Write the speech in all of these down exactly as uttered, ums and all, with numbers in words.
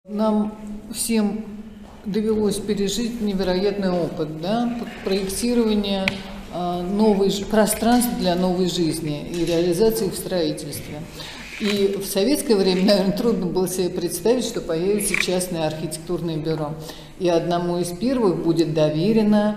Нам всем довелось пережить невероятный опыт, да, проектирования новых пространств для новой жизни и реализации их в строительстве. И в советское время, наверное, трудно было себе представить, что появится частное архитектурное бюро. И одному из первых будет доверено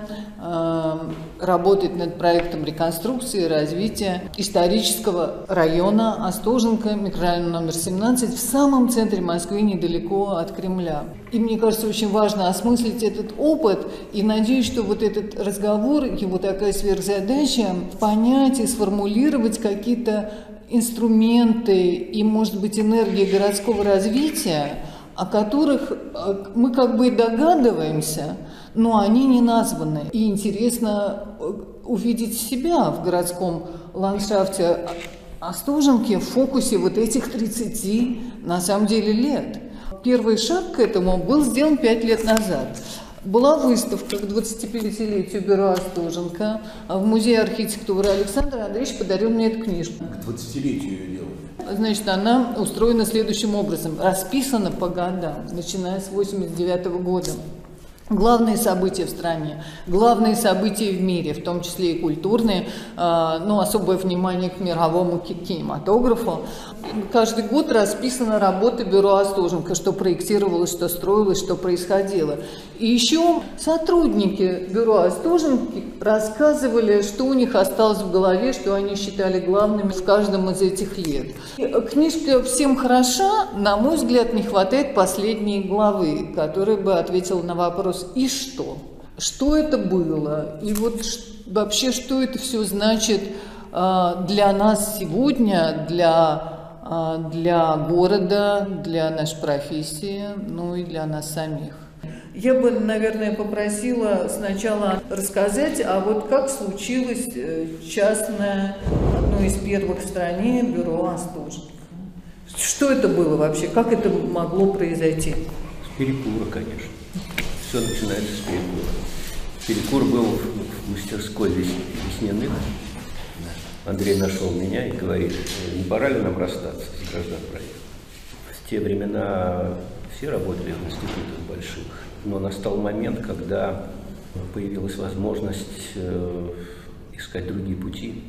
э, работать над проектом реконструкции и развития исторического района Остоженко, микрорайон номер семнадцать, в самом центре Москвы, недалеко от Кремля. И мне кажется, очень важно осмыслить этот опыт, и надеюсь, что вот этот разговор, его такая сверхзадача, понять и сформулировать какие-то инструменты и, может быть, энергии городского развития, о которых мы как бы и догадываемся, но они не названы. И интересно увидеть себя в городском ландшафте Остоженки в фокусе вот этих тридцати, на самом деле, лет. Первый шаг к этому был сделан пять лет назад. Была выставка к двадцатипятилетию бюро Остоженко в Музее архитектуры. Александр Андреевич подарил мне эту книжку. К двадцатилетию ее делали. Значит, она устроена следующим образом. Расписана по годам, начиная с восемьдесят девятого года. Главные события в стране, главные события в мире, в том числе и культурные, ну, особое внимание к мировому кинематографу. Каждый год расписана работа бюро Остоженко, что проектировалось, что строилось, что происходило. И еще сотрудники бюро Остоженко рассказывали, что у них осталось в голове, что они считали главными в каждом из этих лет. Книжка всем хороша, на мой взгляд, не хватает последней главы, которая бы ответила на вопрос «И что?». Что это было? И вот вообще, что это все значит для нас сегодня, для... для города, для нашей профессии, ну и для нас самих. Я бы, наверное, попросила сначала рассказать, а вот как случилось частное, одно из первых в стране бюро Остоженко. Что это было вообще? Как это могло произойти? С перекура, конечно. Все начинается с перекура. Перекур был в мастерской Весняных. Андрей нашел меня и говорит: не пора ли нам расстаться с гражданпроектом? В те времена все работали в институтах больших, но настал момент, когда появилась возможность искать другие пути.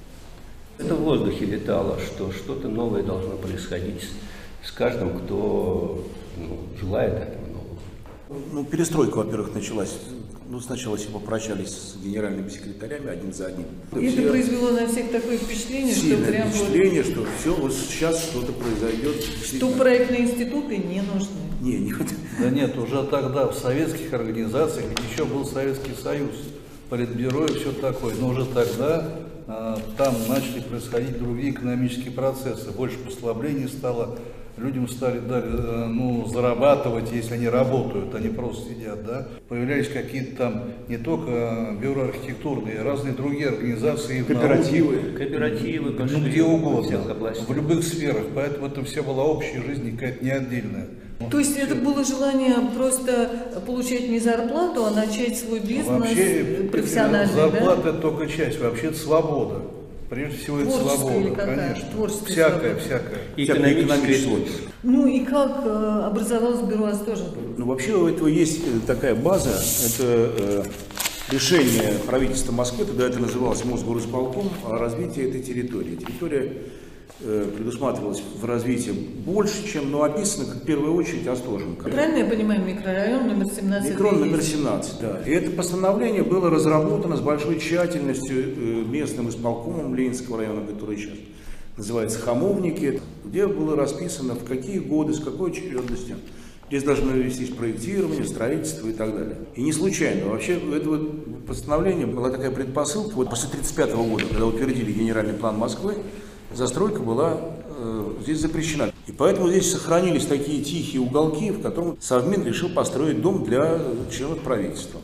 Это в воздухе витало, что что-то новое должно происходить с каждым, кто ну, желает этого нового. Ну, перестройка, во-первых, началась. Ну, сначала все попрощались с генеральными секретарями один за одним. И это произвело на всех такое впечатление, что прям впечатление, вот... что все, вот сейчас что-то произойдет. Что проектные институты не нужны. Не, нет. Да нет, уже тогда в советских организациях, еще был Советский Союз, Политбюро и все такое, но уже тогда а, там начали происходить другие экономические процессы, больше послаблений стало. Людям стали ну, зарабатывать, если они работают, они просто сидят, да. Появлялись какие-то там не только бюро архитектурные, разные другие организации. Кооперативы. Науке, Кооперативы пошли, ну, где угодно, в, в любых сферах. Поэтому это все была общая жизнь, какая-то не отдельная. То есть это было желание просто получать не зарплату, а начать свой бизнес вообще, профессиональный, зарплата да? Это только часть, вообще это свобода. Прежде всего, это свобода, конечно. Всякое, всякое. Экономическое. Ну и как э, образовалось бюро Остоженко? Ну, вообще у этого есть такая база. Это э, решение правительства Москвы, тогда это называлось Мосгорисполком, о развитии этой территории. Территория э, предусматривалась в развитии больше, чем, но описано, как в первую очередь, Остоженко. Правильно я понимаю, микрорайон номер семнадцать? Микрорайон номер семнадцать, да. И это постановление было разработано с большой тщательностью местным исполкомом Ленинского района, который сейчас называется Хамовники, где было расписано, в какие годы, с какой очередностью здесь должно вестись проектирование, строительство и так далее. И не случайно. Вообще, это вот постановление была такая предпосылка. Вот после тридцать пятого года, когда утвердили генеральный план Москвы, застройка была э, здесь запрещена. И поэтому здесь сохранились такие тихие уголки, в котором Совмин решил построить дом для членов правительства.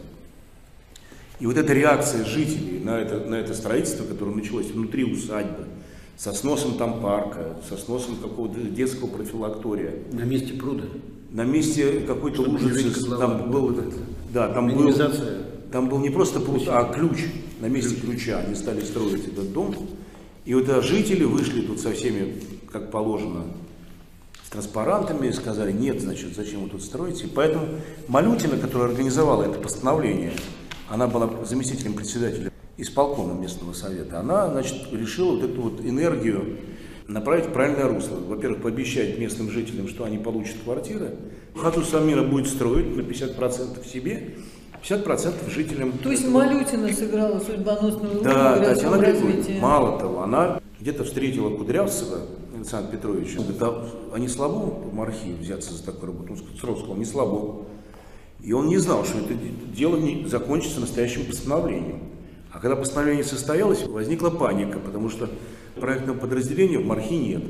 И вот эта реакция жителей на это, на это строительство, которое началось внутри усадьбы, со сносом там парка, со сносом какого-то детского профилактория. На месте пруда? На месте какой-то лужицы. Там был этот, да, там был, там был не просто пруд, а ключ. На месте ключа они стали строить этот дом. И вот жители вышли тут со всеми, как положено, транспарантами, сказали, нет, значит, зачем вы тут строите. И поэтому Малютина, которая организовала это постановление, она была заместителем председателя исполкома местного совета, она, значит, решила вот эту вот энергию направить в правильное русло. Во-первых, пообещать местным жителям, что они получат квартиры. Хатус Амира будет строить на пятьдесят процентов себе, пятьдесят процентов жителям. То есть Малютина сыграла судьбоносную роль да, в городском развитии. Мало того, она где-то встретила Кудрявцева Александра Петровича. Он говорит, а, а не слабо в архив взяться за такую работу? Он сразу сказал, не слабо. И он не знал, что это дело не закончится настоящим постановлением. А когда постановление состоялось, возникла паника, потому что проектного подразделения в МАРХИ нет.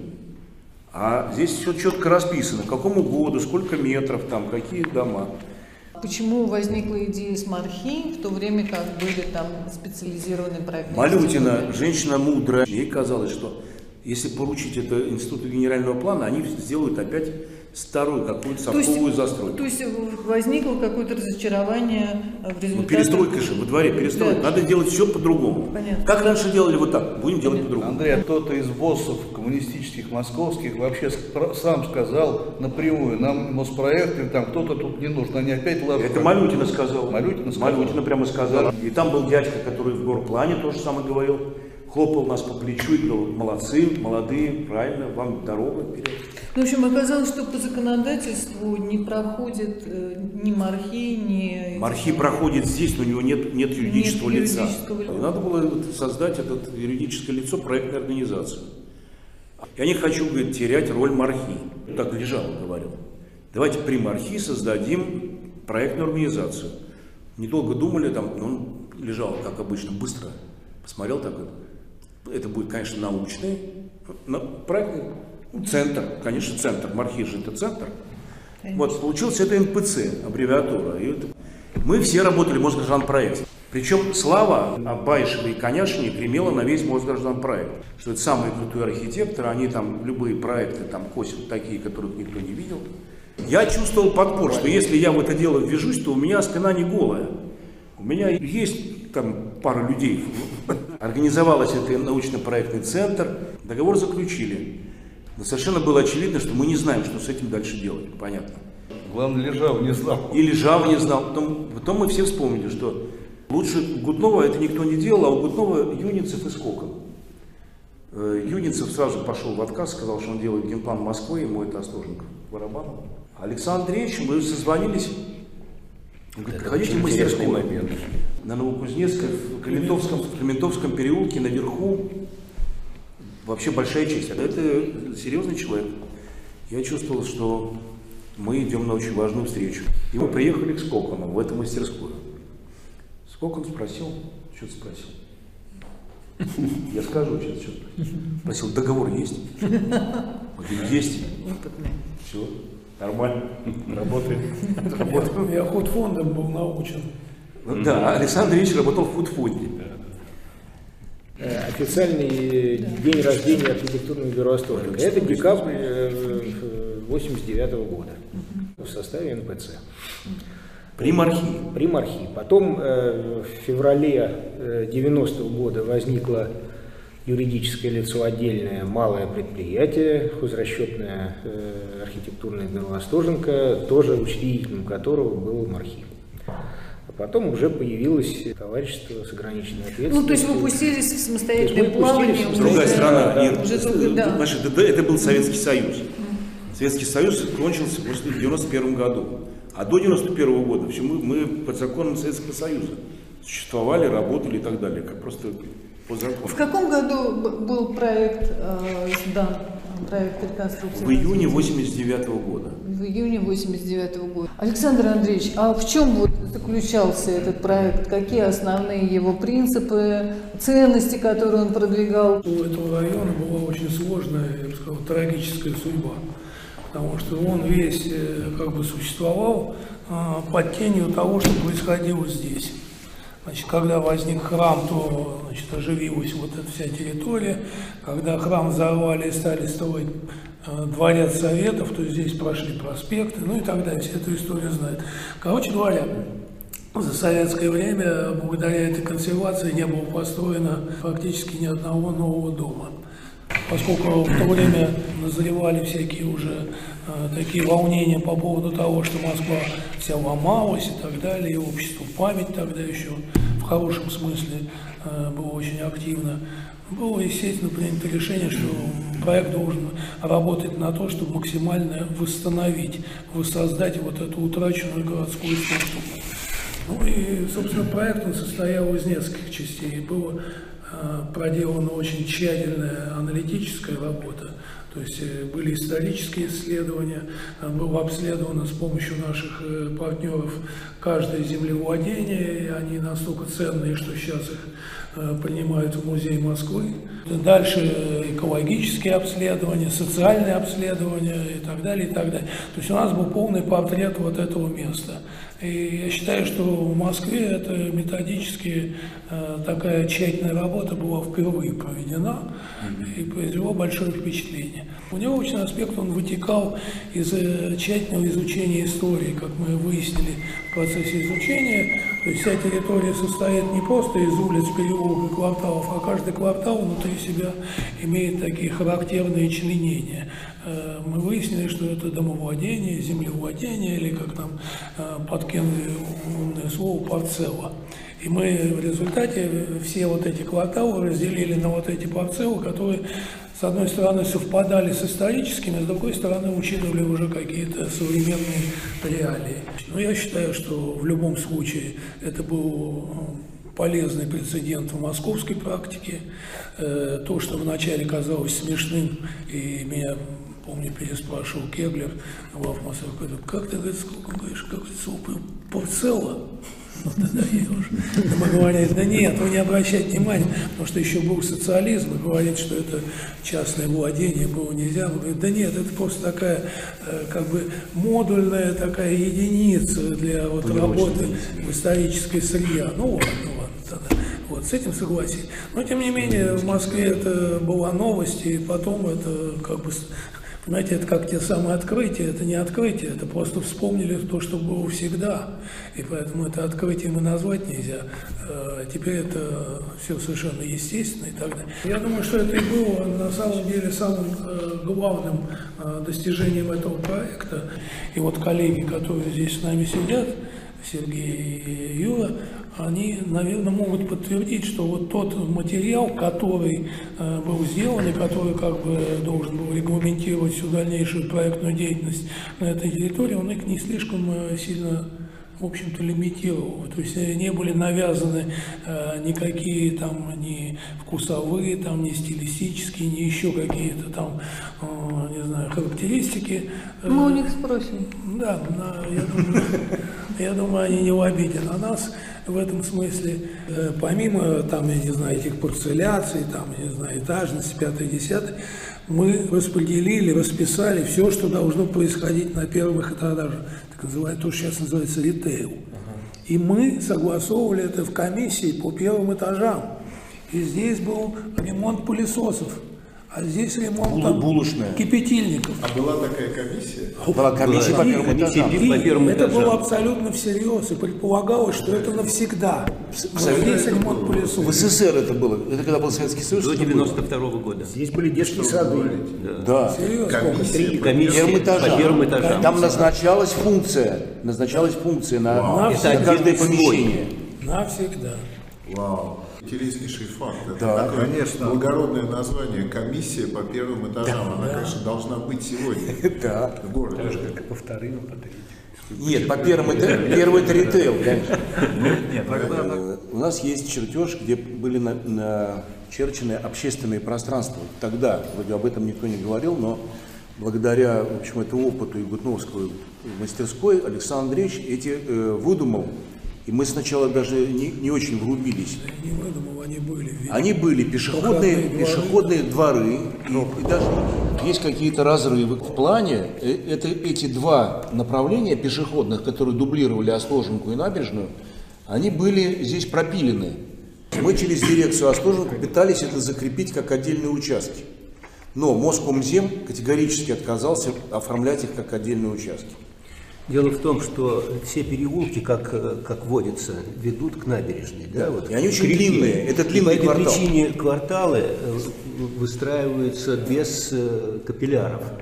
А здесь все четко расписано, к какому году, сколько метров, там, какие дома. Почему возникла идея с МАРХИ, в то время как были там специализированные проекты? Малютина, женщина мудрая, ей казалось, что если поручить это Институту генерального плана, они сделают опять старую какую-то совковую застройку. То есть возникло какое-то разочарование в результате... Ну, перестройка же, во дворе перестройка. Да. Надо делать все по-другому. Понятно. Как раньше делали вот так, будем делать по-другому. Андрей, кто-то из боссов коммунистических московских вообще сам сказал напрямую, нам Моспроект или там кто-то тут не нужен, они опять лажут. Это Малютина сказала. Малютина сказала. Малютина прямо сказала. Да. И там был дядька, который в горплане тоже самое говорил, хлопал нас по плечу и говорил, молодцы, молодые, правильно, вам дорога вперед. Ну, в общем, оказалось, что по законодательству не проходит э, ни МАРХИ, ни... МАРХИ проходит здесь, но у него нет, нет юридического нет лица. Юридического... И надо было создать это юридическое лицо, проектную организацию. Я не хочу, говорит, терять роль МАРХИ. Так лежало, говорил. Давайте при МАРХИ создадим проектную организацию. Недолго думали, там, но он лежал, как обычно, быстро. Посмотрел так, это будет, конечно, научный, проектный. Центр, конечно, центр. МАРХИ же это центр. Конечно. Вот, получился это эн пэ цэ, аббревиатура. И это... Мы все работали в Мосгражданпроекте. Причем слава Абайшева и Коняшине гремела на весь Мосгражданпроект. Что это самые крутые архитекторы, они там любые проекты там косят такие, которых никто не видел. Я чувствовал подпор, что если я в это дело ввяжусь, то у меня спина не голая. У меня есть там пара людей. Организовалась это научно-проектный центр, договор заключили. Но совершенно было очевидно, что мы не знаем, что с этим дальше делать, понятно. Главное, Лежава не знал. И Лежава не знал. Потом, потом мы все вспомнили, что лучше Гутнова это никто не делал, а у Гутнова Юницев и Скокон. Юницев сразу пошел в отказ, сказал, что он делает генплан Москвы, ему это Остоженков, Барабанов. Александр Андреевич, мы созвонились, он говорит, приходите в мастерскую на Новокузнецкой, в Клементовском, в Клементовском переулке, наверху. Вообще большая честь. Это серьезный человек. Я чувствовал, что мы идем на очень важную встречу. И мы приехали к Скокону в эту мастерскую. Скокон спросил, что ты спросил? Я скажу сейчас, что спросил. Спросил, договор есть? Говорит, есть. Все, нормально, работает. Я худфондом был научен. Да, Александр Ильич работал в худфонде. Официальный день рождения архитектурного бюро Остоженко. Это декабрь восемьдесят девятого года в составе эн пэ цэ. При МАРХИ. При МАРХИ. Потом в феврале девяностого года возникло юридическое лицо отдельное, малое предприятие, хозрасчетное архитектурное бюро Остоженко, тоже учредителем которого был МАРХИ. Потом уже появилось товарищество с ограниченной ответственностью. Ну, то есть вы пустились в самостоятельное плавание. Другая страна. Да, Нет, уже только, да. Значит, это был Советский Союз. Советский Союз кончился в девяносто первом году. А до девяносто первого года все мы, мы под законом Советского Союза существовали, работали и так далее. Как просто по закону. В каком году был проект э, сдан? Проект реконструкции? В июне восемьдесят девятого года. В июне восемьдесят девятого года. Александр Андреевич, а в чем вот заключался этот проект? Какие основные его принципы, ценности, которые он продвигал? У этого района была очень сложная, я бы сказал, трагическая судьба. Потому что он весь как бы существовал под тенью того, что происходило здесь. Значит, когда возник храм, то значит, оживилась вот эта вся территория. Когда храм взорвали и стали строить э, дворец Советов, то здесь прошли проспекты, ну и так далее. Все эту историю знают. Короче говоря, за советское время, благодаря этой консервации, не было построено фактически ни одного нового дома. Поскольку в то время назревали всякие уже такие волнения по поводу того, что Москва вся ломалась и так далее, и общество память тогда еще в хорошем смысле было очень активно. Было, естественно, принято решение, что проект должен работать на то, чтобы максимально восстановить, воссоздать вот эту утраченную городскую структуру. Ну и, собственно, проект он состоял из нескольких частей. Была проделана очень тщательная аналитическая работа, то есть были исторические исследования, было обследовано с помощью наших партнеров каждое землевладение, и они настолько ценные, что сейчас их принимают в музей Москвы. Дальше экологические обследования, социальные обследования и так далее, и так далее. То есть у нас был полный портрет вот этого места. И я считаю, что в Москве это методически э, такая тщательная работа была впервые проведена и произвела большое впечатление. У него очень аспект, он вытекал из э, тщательного изучения истории, как мы выяснили в процессе изучения. То есть вся территория состоит не просто из улиц, переулков и кварталов, а каждый квартал внутри себя имеет такие характерные членения. Мы выяснили, что это домовладение, землевладение, или как там подкинули умное слово, парцелла. И мы в результате все вот эти кварталы разделили на вот эти парцеллы, которые, с одной стороны, совпадали с историческими, с другой стороны, учитывали уже какие-то современные реалии. Но я считаю, что в любом случае это был полезный прецедент в московской практике. То, что вначале казалось смешным, и меня, помню, переспрашивал Кеглер, главмассов, как ты, говорит, сколько, говоришь, как это слово, парцелла? Ну, тогда я уже, мы говорим, да нет, вы не обращайте внимания, потому что еще был социализм, и говорит, что это частное владение было нельзя. Мы говорим, да нет, это просто такая, как бы, модульная такая единица для вот работы в исторической среде. Ну ладно, ну ладно, тогда. Вот, с этим согласен. Но, тем не менее, в Москве это была новость, и потом это, как бы, понимаете, это как те самые открытия, это не открытие, это просто вспомнили то, что было всегда, и поэтому это открытием и назвать нельзя. Теперь это все совершенно естественно и так далее. Я думаю, что это и было на самом деле самым главным достижением этого проекта. И вот коллеги, которые здесь с нами сидят, Сергей и Юра, они, наверное, могут подтвердить, что вот тот материал, который э, был сделан и который как бы должен был регламентировать всю дальнейшую проектную деятельность на этой территории, он их не слишком э, сильно, в общем-то, лимитировал. То есть не были навязаны э, никакие там ни вкусовые, там, ни стилистические, ни еще какие-то там, э, не знаю, характеристики. Мы у них спросим. Да, я думаю, я думаю, они не в обиде на нас. В этом смысле, помимо, там, я не знаю, этих парцеляций, там, я не знаю, этажности, пятое, десятое, мы распределили, расписали все, что должно происходить на первых этажах, так называемое, то, что сейчас называется ритейл. И мы согласовывали это в комиссии по первым этажам. И здесь был ремонт пылесосов. А здесь ремонт там кипятильников. А была такая комиссия? Была комиссия по первым этажам. И это было абсолютно всерьез, и предполагалось, что это навсегда. Здесь ремонт пылесосов. В СССР это было, это когда был Советский Союз? До девяносто второго года. Здесь были детские сады. Да. Комиссия. Комиссия по первым этажам. Там назначалась функция, назначалась функция на, на каждое помещение. Навсегда. Вау. Интереснейший факт. Это Да, такое конечно. благородное название. Комиссия по первым этажам. Она, конечно, должна быть сегодня Да. в городе. По вторым, по третьим. Нет, по первым этажам, первый это ритейл, конечно. Нет, тогда Э, У нас есть чертеж, где были на- начерчены общественные пространства. Тогда, вроде об этом никто не говорил, но благодаря, в общем, этому опыту Игутновской мастерской Александр Андреевич эти э, выдумал. И мы сначала даже не, не очень врубились. Не выдумал, они были. Видимо. Они были пешеходные, Проходные дворы. пешеходные дворы, и, и даже есть какие-то разрывы в плане. Э, Это, эти два направления пешеходных, которые дублировали Остоженку и набережную, они были здесь пропилены. Мы через дирекцию Остоженку пытались это закрепить как отдельные участки. Но Москомзем категорически отказался оформлять их как отдельные участки. Дело в том, что все переулки, как, как водится, ведут к набережной. Да, вот, и они очень к реке. длинные. Это длинный и по квартал. этой причине кварталы э, выстраиваются без э, капилляров.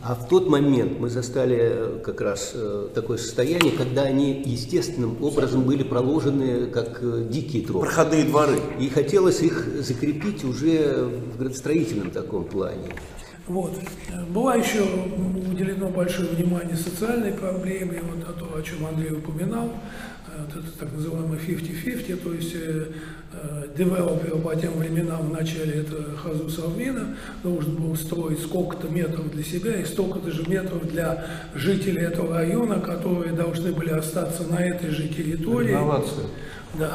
А в тот момент мы застали как раз такое состояние, когда они естественным образом были проложены как дикие тропы. Проходные дворы. И хотелось их закрепить уже в градостроительном таком плане. Вот. Было еще уделено большое внимание социальной проблеме, вот о том, о чем Андрей упоминал, вот это так называемый пятьдесят на пятьдесят, то есть э, девелопер по тем временам в начале это Хазу Салмина должен был строить сколько-то метров для себя и столько-то же метров для жителей этого района, которые должны были остаться на этой же территории. Инновация. Да.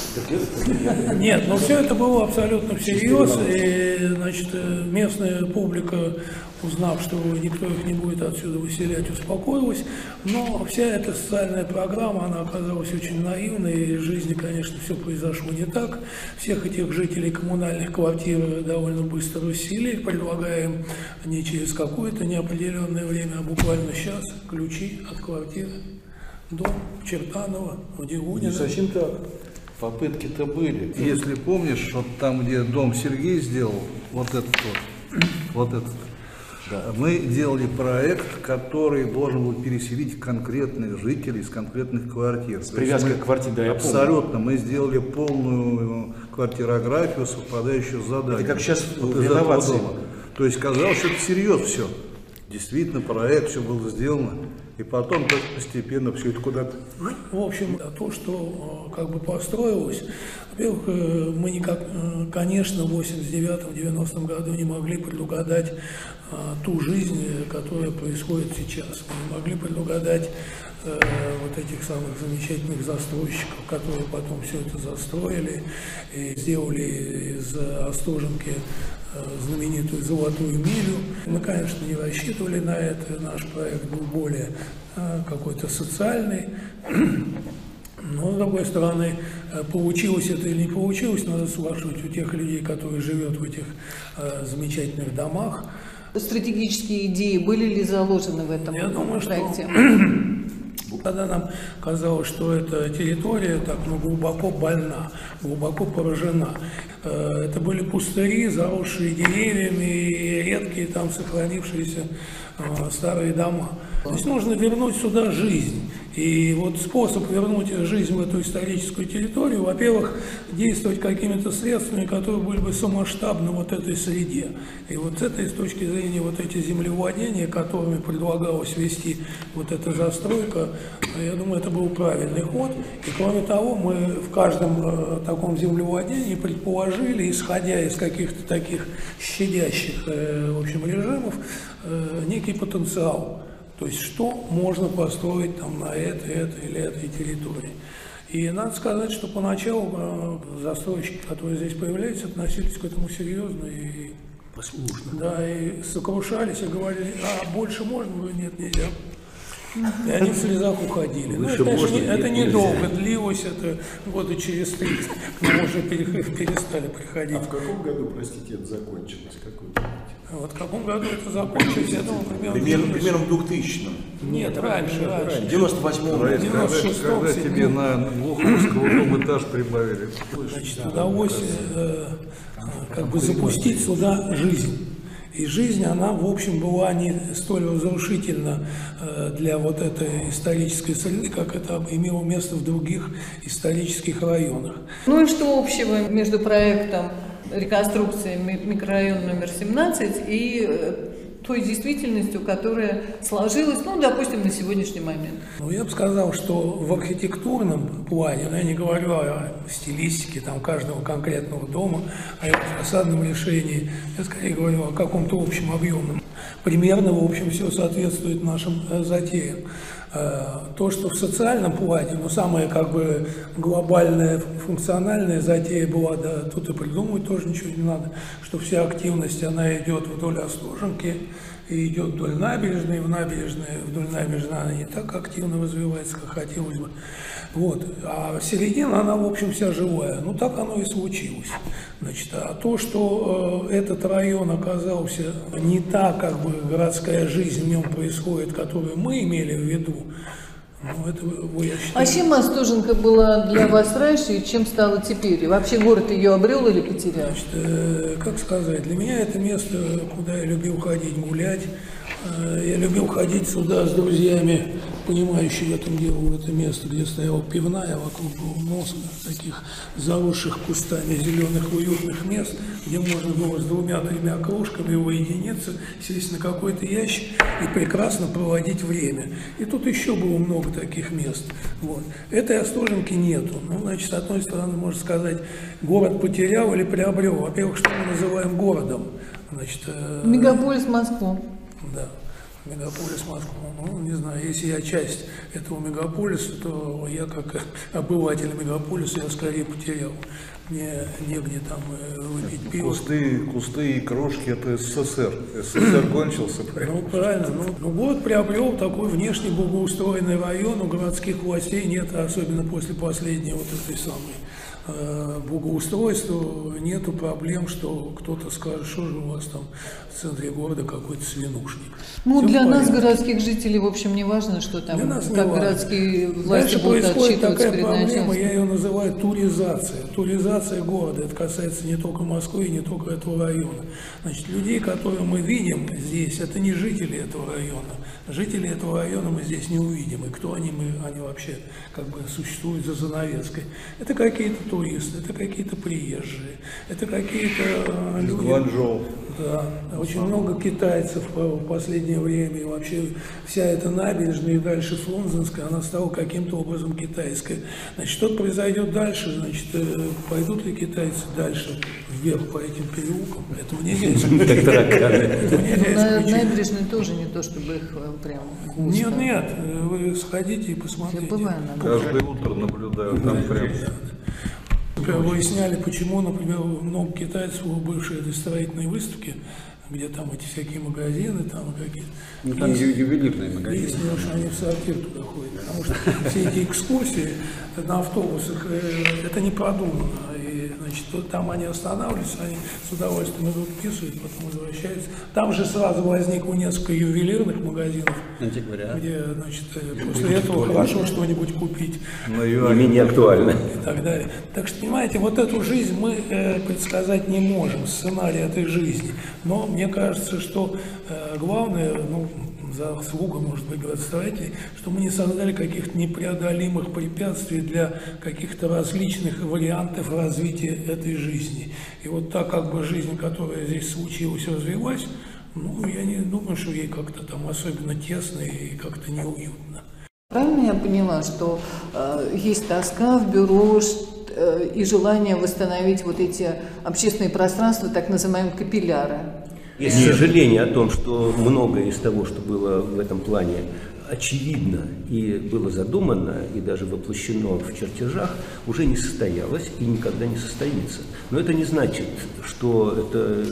Нет, но все это было абсолютно всерьез, и, значит, местная публика, узнав, что никто их не будет отсюда выселять, успокоилась, но вся эта социальная программа, она оказалась очень наивной, и в жизни, конечно, все произошло не так. Всех этих жителей коммунальных квартир довольно быстро расселили, предлагая им не через какое-то неопределенное время, а буквально сейчас ключи от квартиры. Дом Чертанова, в Дегунино. Не совсем так. Попытки-то были. Если помнишь, вот там, где дом Сергей сделал, вот этот вот, вот этот, да. Мы делали проект, который должен был переселить конкретных жителей из конкретных квартир. С привязкой к квартире, да, я помню. Абсолютно. Мы сделали полную квартирографию, совпадающую с заданием. Это как сейчас вот в инновации. То есть казалось, что это всерьез все. Действительно, проект, все было сделано. И потом так постепенно все это куда-то... В общем, то, что как бы построилось, во-первых, мы никак, конечно, в восемьдесят девятом — девяностом году не могли предугадать ту жизнь, которая происходит сейчас. Мы не могли предугадать вот этих самых замечательных застройщиков, которые потом все это застроили и сделали из Остоженки знаменитую золотую милю. Мы, конечно, не рассчитывали на это, наш проект был более какой-то социальный, но, с другой стороны, получилось это или не получилось, надо спрашивать у тех людей, которые живут в этих замечательных домах. Стратегические идеи были ли заложены в этом Я думаю, проекте? Что тогда нам казалось, что эта территория так ну, глубоко больна, глубоко поражена. Это были пустыри, заросшие деревьями и редкие там сохранившиеся старые дома. То есть нужно вернуть сюда жизнь. И вот способ вернуть жизнь в эту историческую территорию, во-первых, действовать какими-то средствами, которые были бы самоштабны вот этой среде. И вот с этой точки зрения вот эти землевладения, которыми предлагалось вести вот эта застройка, я думаю, это был правильный ход. И кроме того, мы в каждом э, таком землевладении предположили, исходя из каких-то таких щадящих э, в общем, режимов, э, некий потенциал. То есть, что можно построить там на этой, этой или этой территории. И надо сказать, что поначалу э, застройщики, которые здесь появляются, относились к этому серьезно и послушно. Да, и сокрушались и говорили, а больше можно? Нет, нельзя. И они в слезах уходили. Ну, это, можно, не, это недолго длилось, это года через три к нам уже перестали приходить. А в каком году, простите, это закончилось? Какой Вот в каком году это закончилось? Я думаю, примерно, примерно, примерно в двухтысячном. Нет, раньше, раньше. В девяносто восьмом. Когда, когда тебе на Глуховского дом этаж прибавили. Значит, удалось э, как бы запустить сюда жизнь. И жизнь, она, в общем, была не столь разрушительна э, для вот этой исторической среды, как это имело место в других исторических районах. Ну и что общего между проектом реконструкции микрорайона номер семнадцать и той действительностью, которая сложилась, ну, допустим, на сегодняшний момент? Ну, я бы сказал, что в архитектурном плане, но я не говорю о стилистике там, каждого конкретного дома, а о фасадном решении, я скорее говорю о каком-то общем объемном. Примерно, в общем, все соответствует нашим э, затеям. Э, то, что в социальном плане, ну, самая как бы глобальная функциональная затея была, да, тут и придумывать тоже ничего не надо, что вся активность, она идет вдоль Остоженки и идет вдоль набережной, в набережной, вдоль набережной она не так активно развивается, как хотелось бы. Вот. А середина, она, в общем, вся живая. Ну, так оно и случилось. Значит, а то, что э, этот район оказался не та, как бы, городская жизнь в нем происходит, которую мы имели в виду, ну, это, я считаю... А чем Остоженка была для вас раньше и чем стала теперь? И вообще город ее обрел или потерял? Значит, э, как сказать, для меня это место, куда я любил ходить гулять. Я любил ходить сюда с друзьями, понимающие в этом дело, в это место, где стояла пивная, вокруг было много таких заросших кустами зеленых уютных мест, где можно было с двумя-тремя кружками уединиться, сесть на какой-то ящик и прекрасно проводить время. И тут еще было много таких мест. Вот. Этой Остоженки нету. Ну, значит, с одной стороны, можно сказать, город потерял или приобрел. Во-первых, что мы называем городом? Значит, э... Мегаполис Москву. Да, мегаполис Москва. Ну, не знаю, если я часть этого мегаполиса, то я как обыватель мегаполиса, я скорее потерял. Мне негде там выпить пиво. Кусты, кусты и крошки – это СССР. СССР кончился. Ну, правильно. Ну, ну, город приобрел такой внешне благоустроенный район, у городских властей нет, особенно после последней вот этой самой благоустройства, нету проблем, что кто-то скажет, что же у вас там в центре города какой-то свинушник. Ну, Всё для нас, порядке. городских жителей, в общем, не важно, что там, Для нас не как важно. городские власти Дальше будут происходит отчитываться такая перед проблема, начальством. я ее называю туризация. Туризация города, это касается не только Москвы, не только этого района. Значит, людей, которые мы видим здесь, это не жители этого района. Жители этого района мы здесь не увидим. И кто они, мы, они вообще как бы существуют за занавеской. Это какие-то туристы, это какие-то приезжие, это какие-то Из люди. Гуанчжоу. Да, очень много китайцев в последнее время, и вообще вся эта набережная и дальше Фрунзенская, она стала каким-то образом китайской. Значит, что произойдет дальше, значит, пойдут ли китайцы дальше вверх по этим переулкам, этого нельзя исключить. Этого нельзя На исключить. набережной тоже не то, чтобы их э, прям густо. Нет, нет, вы сходите и посмотрите. Я бываю на набережной. Каждое утро наблюдаю там прям. Например, выясняли, почему, например, много китайцев в бывшей этой строительной выставке, где там эти всякие магазины, там какие-то. Ну, там Есть- ювелирные магазины. Выяснилось, что они в сортир туда ходят, потому что все эти экскурсии на автобусах, э, это не продумано. И, значит, вот там они останавливаются, они с удовольствием идут, писают, потом возвращаются. Там же сразу возникло несколько ювелирных магазинов, где, значит, э, после этого хорошо что-нибудь купить. На Не юане. менее актуально. И так далее. Так что, понимаете, вот эту жизнь мы э, предсказать не можем, сценарий этой жизни. Но мне кажется, что э, главное, ну, заслуга, может быть, градостроителей, что мы не создали каких-то непреодолимых препятствий для каких-то различных вариантов развития этой жизни. И вот та как бы жизнь, которая здесь случилась, развилась, ну, я не думаю, что ей как-то там особенно тесно и как-то неуютно. Правильно я поняла, что э, есть тоска в бюро ш- э, и желание восстановить вот эти общественные пространства, так называемые капилляры? Есть сожаление о том, что многое из того, что было в этом плане очевидно и было задумано, и даже воплощено в чертежах, уже не состоялось и никогда не состоится. Но это не значит, что это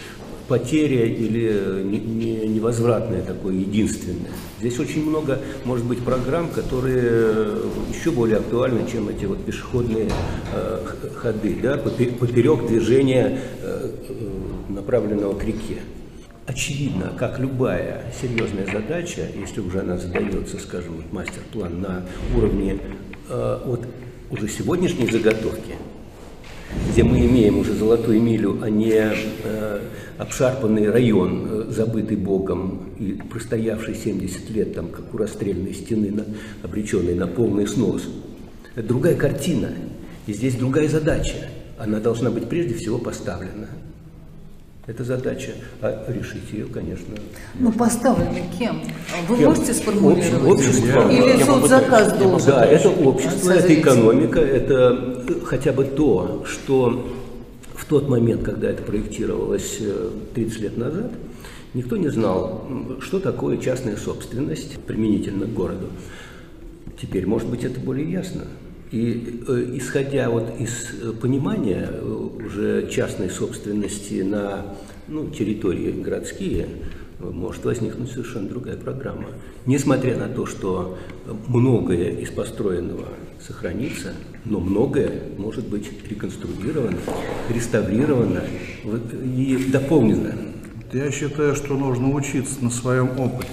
потеря или не- не- невозвратное такое единственное. Здесь очень много, может быть, программ, которые еще более актуальны, чем эти вот пешеходные э, х- ходы, да, попе- поперек движения, э, э, направленного к реке. Очевидно, как любая серьезная задача, если уже она задается, скажем, вот мастер-план на уровне э, вот уже сегодняшней заготовки, где мы имеем уже золотую милю, а не э, обшарпанный район, э, забытый Богом и простоявший семьдесят лет, там, как у расстрельной стены, на, обреченной на полный снос. Это другая картина, и здесь другая задача. Она должна быть прежде всего поставлена. Это задача, а решить ее, конечно, Ну, поставлены кем? Вы Кем? можете сформулировать? Обществом. Или Я соцзаказ попытаюсь. должен? Да, это общество, это Созрите. экономика, это хотя бы то, что в тот момент, когда это проектировалось э, тридцать лет назад, никто не знал, м, что такое частная собственность применительно к городу. Теперь, может быть, это более ясно. И э, исходя вот из э, понимания э, уже частной собственности на ну, территории городские, э, может возникнуть совершенно другая программа. Несмотря на то, что многое из построенного сохранится, но многое может быть реконструировано, реставрировано вот, и дополнено. Я считаю, что нужно учиться на своем опыте.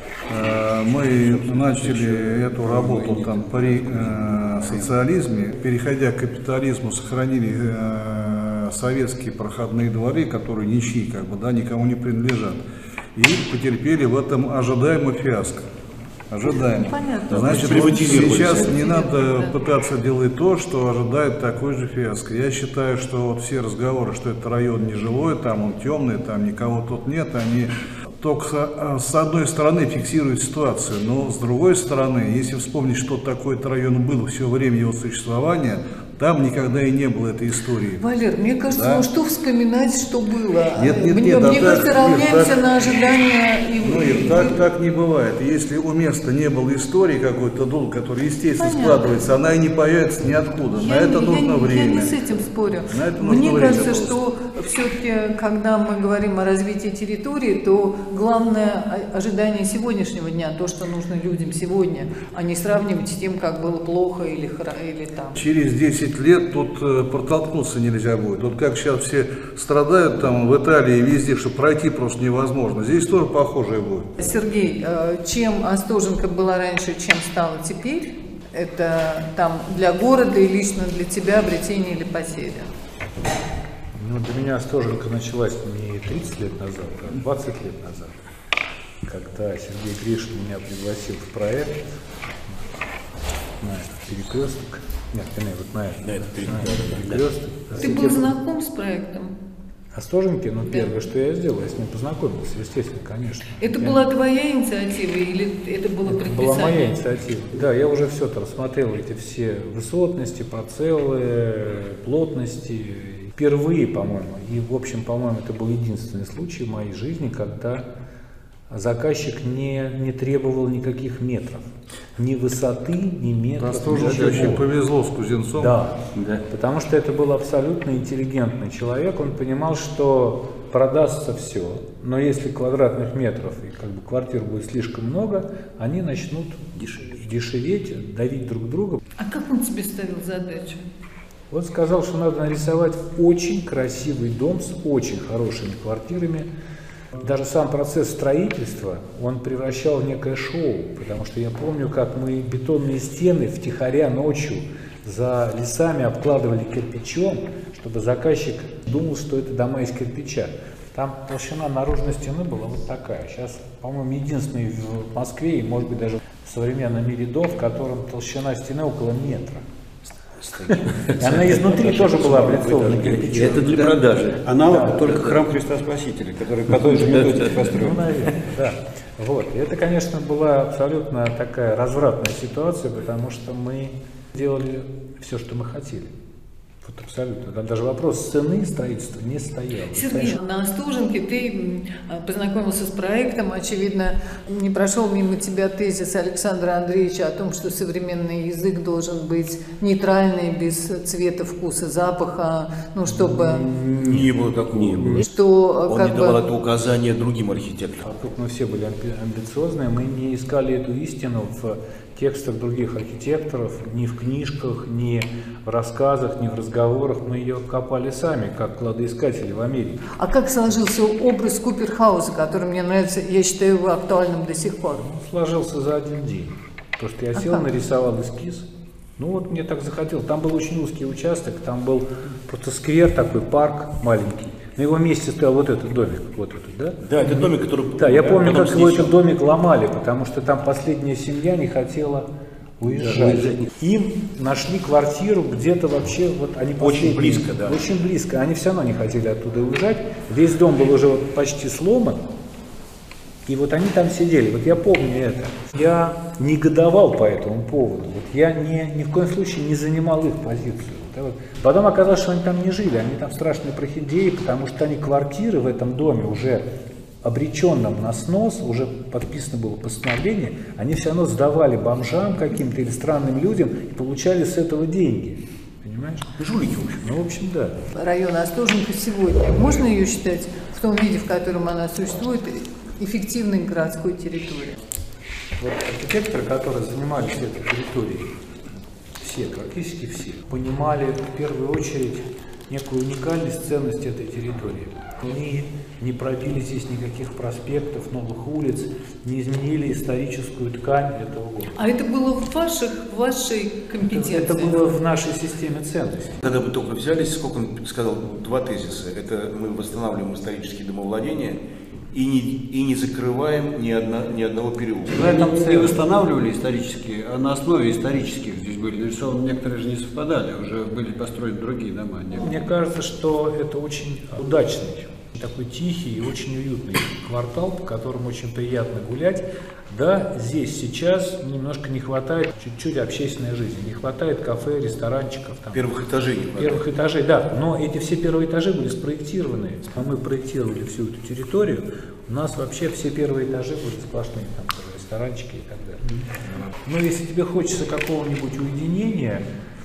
Э, Мы начали эту работу там при э, социализме, переходя к капитализму, сохранили э, советские проходные дворы, которые ничьи, как бы, да, никому не принадлежат. и потерпели в этом ожидаемый фиаско. Ожидаемо. Понятно. Значит, вот сейчас не надо пытаться делать то, что ожидает такой же фиаско. Я считаю, что вот все разговоры, что это район нежилой, там он темный, там никого тут нет, они только с одной стороны фиксируют ситуацию, но с другой стороны, если вспомнить, что такой этот район был все время его существования, там никогда и не было этой истории. Валер, мне кажется, Да? ну что вспоминать, что было? Нет, нет, мне нет, мне а кажется, так, равняемся нет, так- на ожидания. И, Ну и- и так, так не бывает. Если у места не было истории какой-то долг, который естественно Понятно. складывается, она и не появится ниоткуда. На Я это не- нужно я, не- время. Я не с этим спорю. На это нужно Мне время кажется, просто. что все-таки, когда мы говорим о развитии территории, то главное о- ожидание сегодняшнего дня, то, что нужно людям сегодня, а не сравнивать с тем, как было плохо или, хоро- или там. Через десять лет тут э, протолкнуться нельзя будет. Вот как сейчас все страдают там в Италии и везде, что пройти просто невозможно. Здесь тоже похожее будет. Сергей, э, чем Остоженко была раньше, чем стала теперь, это там для города и лично для тебя обретение или потеря? Ну, для меня Остоженко началась не тридцать лет назад, а двадцать лет назад, когда Сергей Гришин меня пригласил в проект на этот перекресток. Нет, не, вот на этот, На этот на этот перекресток. Ты был знаком с проектом? Остоженки, ну, первое, что я сделал, я с ним познакомился, естественно, конечно. Это Я- была твоя инициатива или это было Это предписание? была моя инициатива. Да, я уже все там смотрел, эти все высотности, парцеллы, плотности. Впервые, по-моему, и, в общем, по-моему, это был единственный случай в моей жизни, когда заказчик не, не требовал никаких метров. Ни высоты, ни метров. Остоженко ничего. очень повезло с Кузнецом. Да, Да. потому что это был абсолютно интеллигентный человек. Он понимал, что продастся все, но если квадратных метров и как бы квартир будет слишком много, они начнут дешеветь, дешеветь давить друг друга. А как он тебе ставил задачу? Вот сказал, что надо нарисовать очень красивый дом с очень хорошими квартирами. Даже сам процесс строительства он превращал в некое шоу, потому что я помню, как мы бетонные стены втихаря ночью за лесами обкладывали кирпичом, чтобы заказчик думал, что это дома из кирпича. Там толщина наружной стены была вот такая. Сейчас, по-моему, единственный в Москве и, может быть, даже в современном мире дом, в котором толщина стены около метра. И она изнутри тоже была облицована кирпичом. Это для продажи. Аналог только храм Христа Спасителя, который по той же методике Ну, построен. наверное, да. Вот. И это, конечно, была абсолютно такая развратная ситуация, потому что мы делали все, что мы хотели. Вот абсолютно. Там даже вопрос цены строительства не стоял. Сергей, на Остоженке ты м, познакомился с проектом. Очевидно, не прошел мимо тебя тезис Александра Андреевича о том, что современный язык должен быть нейтральный, без цвета, вкуса, запаха, ну, чтобы... Не было такого. Не было. Что, Он как не бы, давал это указание другим архитекторам. Вокруг мы все были амби- амбициозные, мы не искали эту истину в текстах других архитекторов, ни в книжках, ни в рассказах, ни в разговорах. Мы ее копали сами, как кладоискатели в Америке. А как сложился образ Куперхауса, который мне нравится, я считаю его актуальным до сих пор? Он сложился за один день. Потому что я А сел, как? нарисовал эскиз. Ну вот мне так захотелось. Там был очень узкий участок, там был просто сквер такой, парк маленький. На его месте стоял вот этот домик, вот этот, да? Да, это домик, который... Да, я помню, потом как его снесен. этот домик ломали, потому что там последняя семья не хотела уезжать. Им нашли квартиру где-то вообще, вот они Очень последние- близко, да. Очень близко. Они все равно не хотели оттуда уезжать. Весь дом был уже вот почти сломан. И вот они там сидели. Вот я помню это. Я негодовал по этому поводу. Вот я не, ни в коем случае не занимал их позицию. Да, вот. Потом оказалось, что они там не жили. Они там страшные прохиндеи, потому что они квартиры в этом доме уже обреченном на снос, уже подписано было постановление, они все равно сдавали бомжам каким-то или странным людям и получали с этого деньги. Понимаешь? Жулики, в общем. Ну, в общем, да. Район Остоженко сегодня, можно ее считать в том виде, в котором она существует, эффективной городской территорией? Вот архитекторы, которые занимались этой территорией, все, практически все, понимали в первую очередь некую уникальность, ценность этой территории. Они не пробили здесь никаких проспектов, новых улиц, не изменили историческую ткань этого города. А это было в, ваших, в вашей компетенции? Это было в нашей системе ценностей. Когда вы только взялись, сколько он сказал, два тезиса. Это мы восстанавливаем исторические домовладения и не, и не закрываем ни, одна, ни одного переулка. Но это не восстанавливали исторические, а на основе исторических здесь были нарисованы, некоторые же не совпадали, уже были построены другие дома. Мне кажется, что это очень удачный, такой тихий и очень уютный квартал, по которому очень приятно гулять. Да, здесь сейчас немножко не хватает чуть-чуть общественной жизни, не хватает кафе, ресторанчиков. Там, Первых этажей не хватает. Первых этажей, да, но эти все первые этажи были спроектированы. Мы проектировали всю эту территорию, у нас вообще все первые этажи были сплошные, там, ресторанчики и так далее. Но если тебе хочется какого-нибудь уединения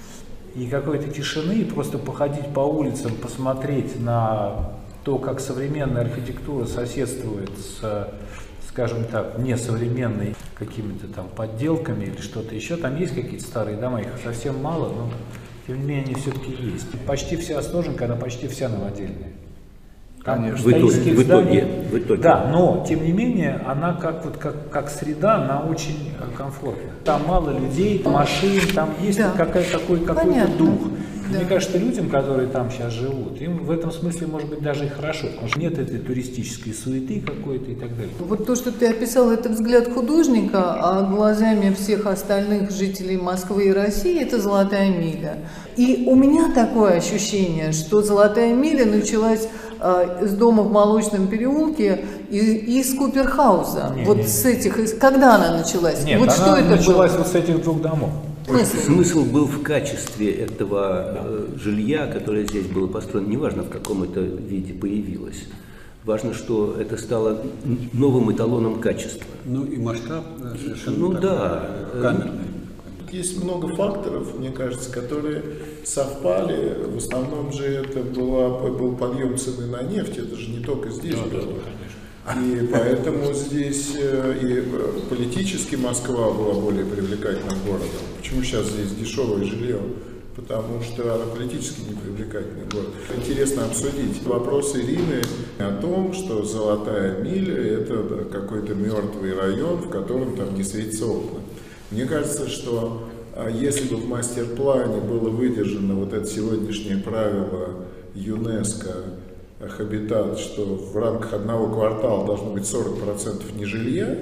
и какой-то тишины, и просто походить по улицам, посмотреть на то, как современная архитектура соседствует с, скажем так, несовременной какими-то там подделками или что-то еще. Там есть какие-то старые дома, их совсем мало, но тем не менее они все-таки есть. Почти вся Остоженка, она почти вся новодельная. Конечно. В итоге, в итоге, в итоге. Да, но тем не менее она как вот как, как среда, она очень комфортна. Там мало людей, машин, там есть да. какой-то такой какой-то дух. Да. Мне кажется, людям, которые там сейчас живут, им в этом смысле может быть даже и хорошо, потому что нет этой туристической суеты какой-то и так далее. Вот то, что ты описал, это взгляд художника, а глазами всех остальных жителей Москвы и России это «Золотая миля». И у меня такое ощущение, что «Золотая миля» началась э, с дома в Молочном переулке и из Куперхауза. Не, вот не, с этих, когда она началась? Нет, вот она что это началась было? вот с этих двух домов. Смысл? Смысл был в качестве этого э, жилья, которое здесь было построено, неважно в каком это виде появилось. Важно, что это стало новым эталоном качества. Ну и масштаб да, совершенно ну, такой, да. камерный. Есть много факторов, мне кажется, которые совпали. В основном же это была, был подъем цены на нефть, это же не только здесь да, было. Да, и поэтому здесь и политически Москва была более привлекательным городом. Почему сейчас здесь дешевое жилье? Потому что она политически не привлекательный город. Интересно обсудить вопрос Ирины о том, что Золотая миля – это какой-то мертвый район, в котором там не светятся окна. Мне кажется, что если бы в мастер-плане было выдержано вот это сегодняшнее правило ЮНЕСКО «Хабитат», что в рамках одного квартала должно быть сорок процентов нежилья,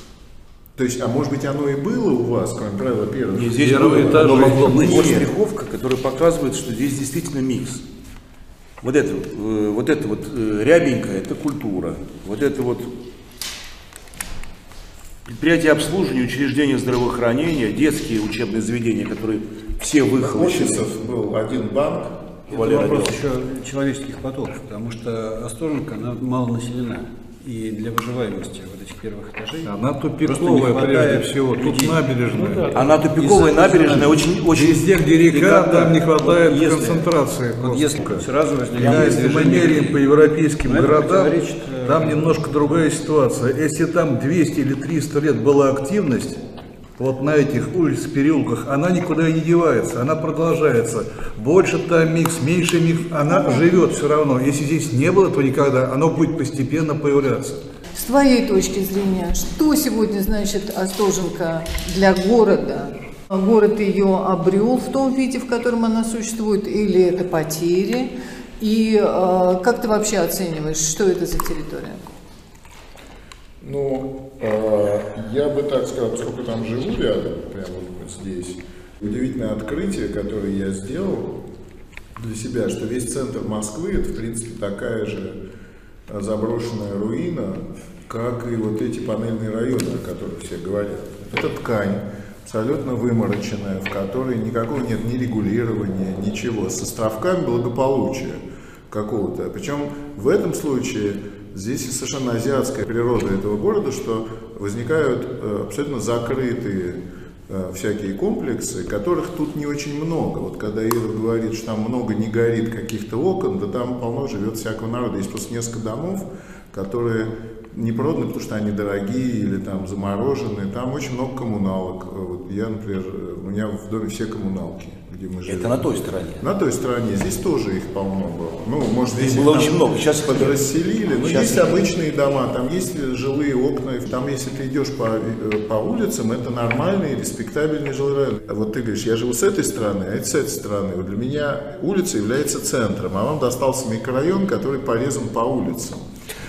то есть, а может быть оно и было у вас, кроме правила первого? Нет, здесь было, этажа, могло быть штриховка, которая показывает, что здесь действительно микс. Вот это вот, это вот рябенькое – это культура, вот это вот предприятия обслуживания, учреждения здравоохранения, детские учебные заведения, которые все выхолощены. Офисов был один банк. Это вопрос еще человеческих потоков, потому что Остоженка, она мало населена. И для выживаемости вот этих первых этажей... Она тупиковая прежде всего, тут набережная. Ну, да. Она тупиковая, набережная, очень, очень... Везде, где река, там не хватает если, концентрации. Вот если сразу возникает... Если мы меряем по европейским городам, там немножко другая ситуация. Если там двести или триста лет была активность, вот на этих улицах, переулках, она никуда и не девается, она продолжается. Больше там микс, меньше микс, она живет все равно. Если здесь не было, то никогда, оно будет постепенно появляться. С твоей точки зрения, что сегодня значит Остоженка для города? Город ее обрел в том виде, в котором она существует, или это потери? И э, как ты вообще оцениваешь, что это за территория? Ну, э, я бы так сказал, поскольку там живу рядом, прямо вот здесь, удивительное открытие, которое я сделал для себя, что весь центр Москвы это, в принципе, такая же заброшенная руина, как и вот эти панельные районы, о которых все говорят. Это ткань, абсолютно вымороченная, в которой никакого нет ни регулирования, ничего, с островками благополучия какого-то. Причем в этом случае здесь совершенно азиатская природа этого города, что возникают э, абсолютно закрытые э, всякие комплексы, которых тут не очень много. Вот когда Ира говорит, что там много не горит каких-то окон, да там полно живет всякого народа. Есть просто несколько домов, которые не проданы, потому что они дорогие или там замороженные. Там очень много коммуналок. Вот я, например, у меня в доме все коммуналки, где мы живем. Это на той стороне? На той стороне. Здесь тоже их полно было. Ну, может, здесь было очень много. Сейчас подрасселили. Но Сейчас есть обычные дома, там есть жилые окна. Там, если ты идешь по, по улицам, это нормальные, респектабельные жилые районы. Вот ты говоришь, я живу с этой стороны, а это с этой стороны. Вот для меня улица является центром, а вам достался микрорайон, который порезан по улицам.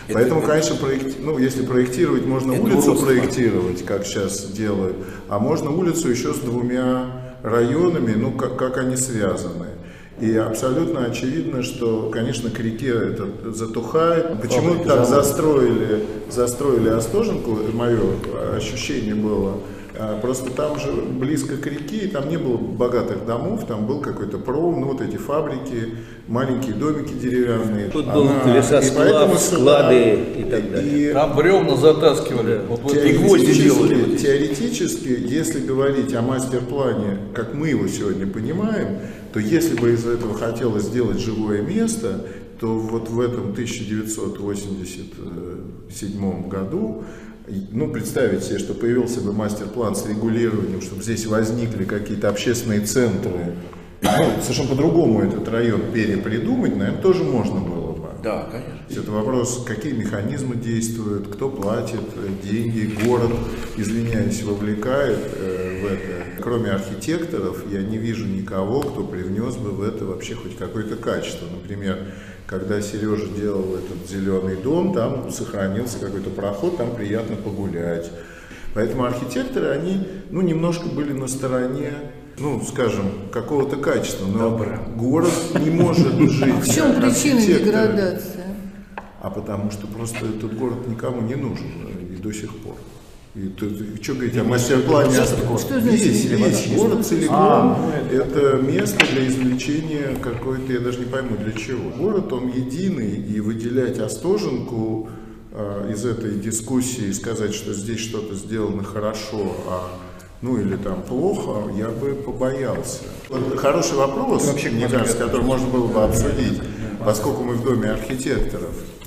Поэтому, конечно, проекти... ну, если проектировать, можно это улицу уродство. проектировать, как сейчас делают, а можно улицу еще с двумя районами, ну, как, как они связаны. И абсолютно очевидно, что, конечно, к реке это затухает. Почему так застроили, застроили Остоженку, мое ощущение было. Просто там же близко к реке, и там не было богатых домов, там был какой-то пром, ну вот эти фабрики, маленькие домики деревянные. Тут был Она- лесосплав, и поэтому склады сюда- и так далее. и- Там бревна затаскивали. Вот в этом- И гвозди делали. Теоретически, теоретически, если говорить о мастер-плане, как мы его сегодня понимаем, то если бы из этого хотелось сделать живое место, то вот в этом тысяча девятьсот восемьдесят седьмом году, ну, представить себе, что появился бы мастер-план с регулированием, чтобы здесь возникли какие-то общественные центры, ну, совершенно по-другому этот район перепридумать, наверное, тоже можно было бы. Да, конечно. Это вопрос, какие механизмы действуют, кто платит деньги, город, извиняюсь, вовлекает э, в это. Кроме архитекторов, я не вижу никого, кто привнес бы в это вообще хоть какое-то качество. Например, когда Сережа делал этот зеленый дом, там сохранился какой-то проход, там приятно погулять. Поэтому архитекторы, они, ну, немножко были на стороне, ну, скажем, какого-то качества, но Добра. город не может жить. В чем причина Архитекторы. деградации? А потому что просто этот город никому не нужен и до сих пор. И тут, что говорить о мастер-плане? Что значит Весь, не весь важно? город целиком А, это место для извлечения какой-то, я даже не пойму для чего. Город, он единый, и выделять Остоженку э, из этой дискуссии, сказать, что здесь что-то сделано хорошо, а ну или там плохо, я бы побоялся. Вот хороший вопрос, мне кажется, который можно было бы обсудить, поскольку мы в доме архитекторов,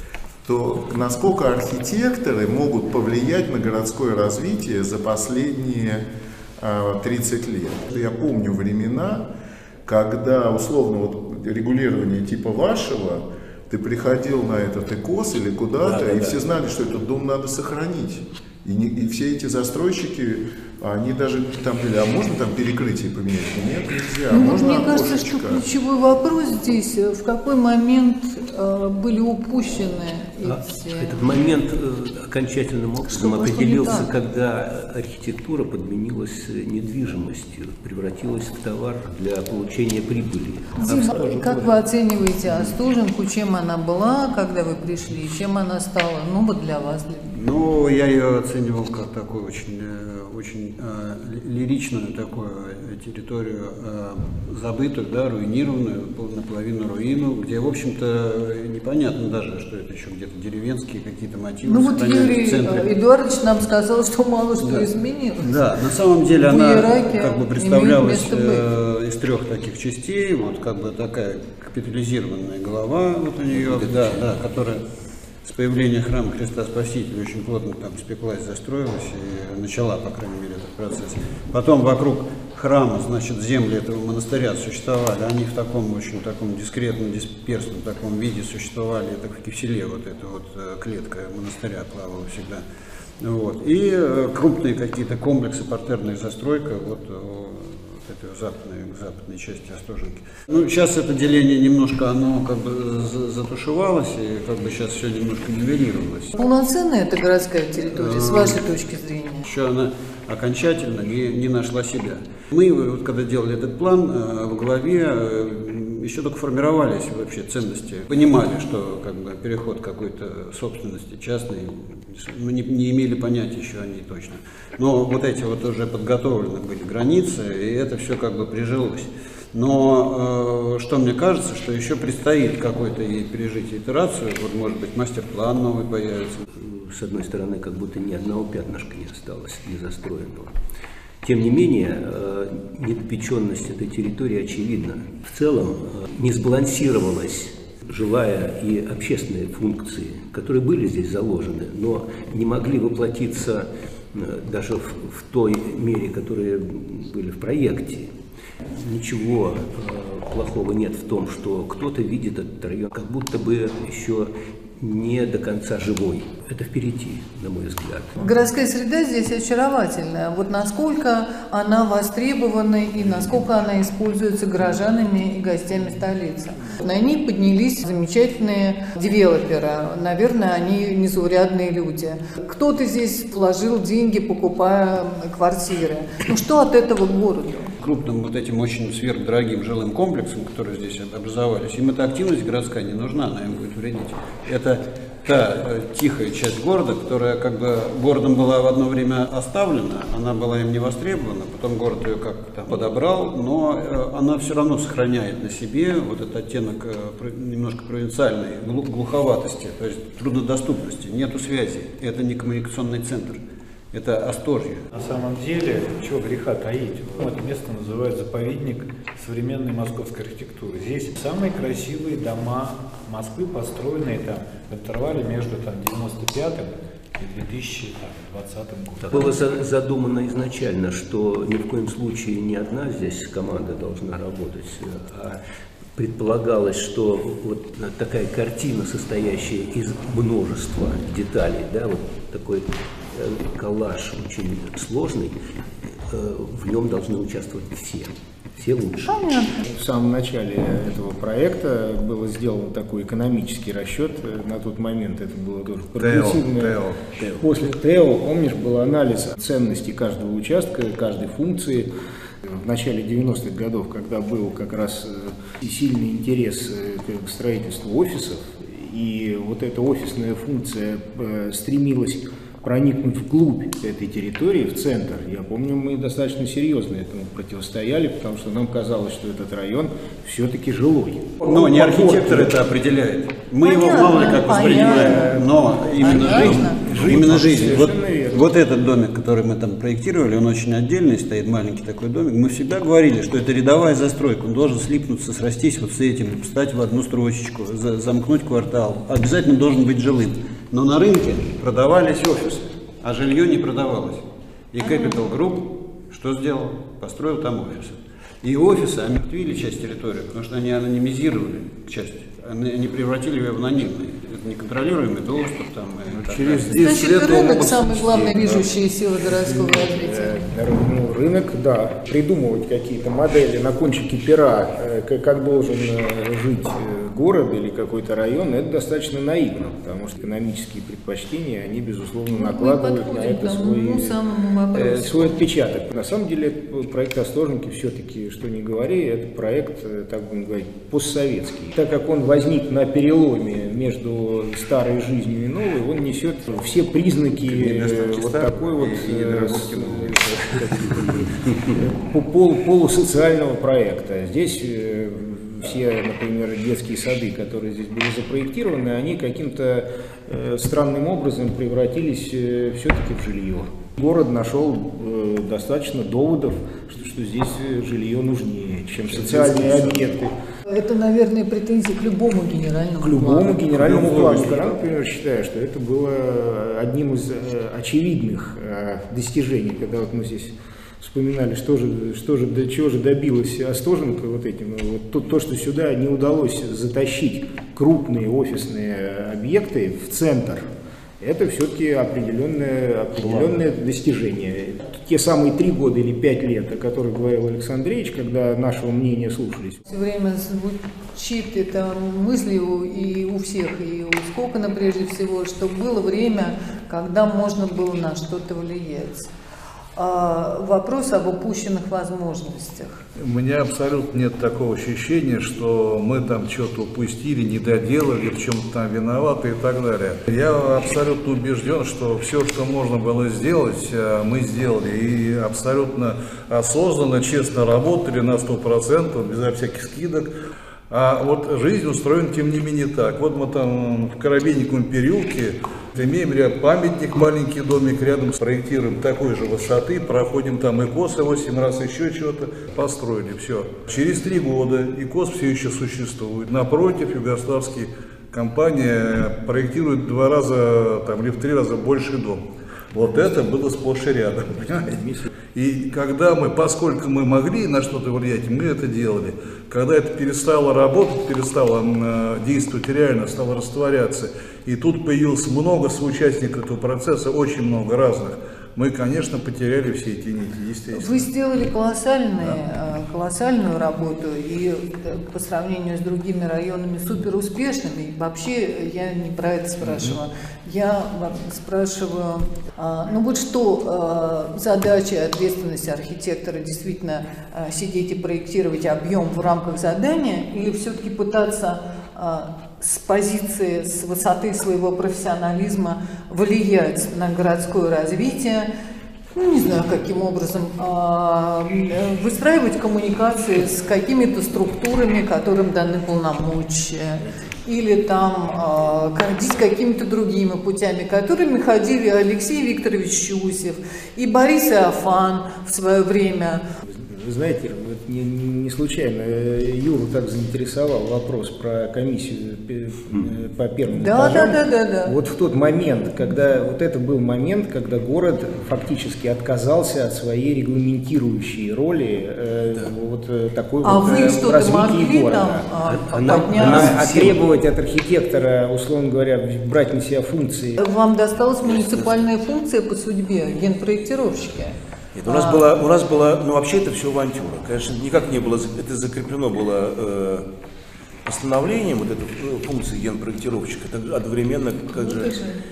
то насколько архитекторы могут повлиять на городское развитие за последние э, тридцать лет. Я помню времена, когда условно вот регулирование типа вашего, ты приходил на этот ЭКОС или куда-то, Да, да, и да. все знали, что этот дом надо сохранить. И, не- и все эти застройщики, они даже там были, а можно там перекрытие поменять? Нет, нельзя. Ну, вот можно мне кажется, что окошечко? ключевой вопрос здесь, э, в какой момент э, были упущены А эти... Этот момент э, окончательным образом Что пошло не определился, так? когда архитектура подменилась э, недвижимостью, превратилась в товар для получения прибыли. Дима, как вы оцениваете Остоженку, чем она была, когда вы пришли, чем она стала, ну вот для вас? Для... Ну, я ее оценивал как такую очень, э, очень э, ли- лиричную такую э, территорию, э, забытую, да, руинированную, пол- наполовину руину, где, в общем-то, непонятно даже, что это еще где-то деревенские какие-то мотивы. Ну вот сохранялись Юрий в центре. э, Эдуардович нам сказал, что мало что Да. изменилось. Да, на самом деле В она Ираке как бы имеет представлялась место э, из трех таких частей, вот как бы такая капитализированная голова вот у нее, да, да, которая с появлением храма Христа Спасителя очень плотно там спеклась, застроилась и начала, по крайней мере, этот процесс. Потом вокруг храма, значит, земли этого монастыря существовали, они в таком очень таком дискретном, дисперсном таком виде существовали, это в Киселе вот эта вот э, клетка монастыря плавала всегда. Вот. И э, крупные какие-то комплексы, партерная застройка, вот, э, вот этой западной, западной части Остоженки. Ну, сейчас это деление немножко, оно как бы за- затушевалось, и как бы сейчас все немножко нивелировалось. Полноценная это городская территория, с вашей точки зрения? Еще она окончательно не, не нашла себя. Мы, вот, когда делали этот план, э, в голове э, еще только формировались вообще ценности. Понимали, что как бы, переход какой-то собственности частной, мы не, не имели понятия еще о ней точно. Но вот эти вот уже подготовлены были границы, и это все как бы прижилось. Но э, что мне кажется, что еще предстоит какой-то ей пережить итерацию, вот может быть мастер-план новый появится. С одной стороны, как будто ни одного пятнышка не осталось незастроенного. Тем не менее, э, недопеченность этой территории очевидна. В целом э, не сбалансировалась жилая и общественные функции, которые были здесь заложены, но не могли воплотиться э, даже в, в той мере, которые были в проекте. Ничего э, плохого нет в том, что кто-то видит этот район, как будто бы еще не до конца живой. Это впереди, на мой взгляд. Городская среда здесь очаровательная. Вот насколько она востребована и насколько она используется горожанами и гостями столицы. На ней поднялись замечательные девелоперы. Наверное, они незаурядные люди. Кто-то здесь вложил деньги, покупая квартиры. Ну что от этого городу? Крупным вот этим очень сверхдорогим жилым комплексам, которые здесь образовались, им эта активность городская не нужна, она им будет вредить. Это та э, тихая часть города, которая как бы городом была в одно время оставлена, она была им не востребована, потом город ее как-то подобрал, но э, она все равно сохраняет на себе вот этот оттенок э, немножко провинциальной глуховатости, то есть труднодоступности, нету связи, это не коммуникационный центр. Это Астория. На самом деле, чего греха таить, это место называют заповедник современной московской архитектуры. Здесь самые красивые дома Москвы, построенные там в интервале между там, девяносто пятым и две тысячи двадцатым годом. Было задумано изначально, что ни в коем случае не одна здесь команда должна работать, а предполагалось, что вот такая картина, состоящая из множества деталей, да, вот такой коллаж очень сложный, в нем должны участвовать все, все лучше. В самом начале этого проекта был сделан такой экономический расчет. На тот момент это было тоже прогрессивное. После ТЭО, помнишь, был анализ ценности каждого участка, каждой функции. В начале девяностых годов, когда был как раз сильный интерес к строительству офисов, и вот эта офисная функция стремилась проникнуть вглубь этой территории, в центр. Я помню, мы достаточно серьезно этому противостояли, потому что нам казалось, что этот район все-таки жилой. Но не архитектор это определяет. Мы понятно, его мало ли как воспринимаем, но именно понятно. жизнь. Именно жизнь. Вот, вот этот домик, который мы там проектировали, он очень отдельный, стоит маленький такой домик. Мы всегда говорили, что это рядовая застройка, он должен слипнуться, срастись вот с этим, встать в одну строчечку, за, замкнуть квартал. Обязательно должен быть жилым. Но на рынке продавались офисы, а жилье не продавалось. И Capital Group что сделал? Построил там офисы. И офисы омертвили часть территории, потому что они анонимизировали часть. Они превратили ее в анонимный. Это неконтролируемый доступ. Там, через десять лет рынок – самая главная движущая сила городского развития. Ну, рынок, да. Придумывать какие-то модели на кончике пера, как должен жить город или какой-то район, это достаточно наивно, потому что экономические предпочтения, они, безусловно, накладывают на это свой, э, свой отпечаток. На самом деле, проект Остоженки все-таки, что ни говори, это проект, так будем говорить, постсоветский. Так как он возник на переломе между старой жизнью и новой, он несет все признаки вот такой вот полусоциального проекта. Здесь все, например, детские сады, которые здесь были запроектированы, они каким-то э, странным образом превратились э, все-таки в жилье. Город нашел э, достаточно доводов, что, что здесь жилье нужнее, чем социальные объекты. Это, наверное, претензии к любому генеральному плану. К любому плану. генеральному плану. Я, например, считаю, что это было одним из э, очевидных э, достижений, когда вот мы здесь вспоминали, что же, что же, до чего же добилась Остоженко вот этим. Вот то, то, что сюда не удалось затащить крупные офисные объекты в центр, это все-таки определенное, определенное достижение. Те самые три года или пять лет, о которых говорил Александр Андреевич, когда нашего мнения слушались. Все время звучит это мыслью и у всех, и у Скокана прежде всего, что было время, когда можно было на что-то влиять. Вопрос об упущенных возможностях. У меня абсолютно нет такого ощущения, что мы там что-то упустили, не доделали, в чем-то там виноваты и так далее. Я абсолютно убежден, что все, что можно было сделать, мы сделали. И абсолютно осознанно, честно работали на сто процентов, безо всяких скидок. А вот жизнь устроена тем не менее так. Вот мы там в Коробейниковом переулке имеем ряд памятник, маленький домик, рядом проектируем такой же высоты, проходим там ИКОС, восемь раз еще что-то построили, все. Через три года ИКОС все еще существует. Напротив, югославские компания проектирует в два раза там, или в три раза больше дом. Вот это было сплошь и рядом, понимаете? И когда мы, поскольку мы могли на что-то влиять, мы это делали. Когда это перестало работать, перестало э, действовать реально, стало растворяться, и тут появилось много соучастников этого процесса, очень много разных, мы, конечно, потеряли все эти нити, естественно. Вы сделали колоссальные, колоссальную работу, и по сравнению с другими районами супер успешными. Вообще я не про это спрашиваю. Я спрашиваю, ну вот что задача и ответственность архитектора действительно сидеть и проектировать объем в рамках задания, или все-таки пытаться с позиции, с высоты своего профессионализма влиять на городское развитие, ну, не знаю, каким образом, выстраивать коммуникации с какими-то структурами, которым даны полномочия, или там ходить какими-то другими путями, которыми ходили Алексей Викторович Щусев и Борис Иофан в свое время. Вы знаете, не, не случайно Юру так заинтересовал вопрос про комиссию по первым да, этажам. Да, да, да, да. Вот в тот момент, когда вот это был момент, когда город фактически отказался от своей регламентирующей роли, да. вот такой а вот вы что-то развития могли города. Там, а, она, она, а требовать от архитектора, условно говоря, брать на себя функции. Вам досталась муниципальная функция по судьбе генпроектировщика. Нет, у нас была, у нас была, ну вообще это все авантюра. Конечно, никак не было, это закреплено было э, постановлением, вот эта функция генпроектировщика, это одновременно, как же,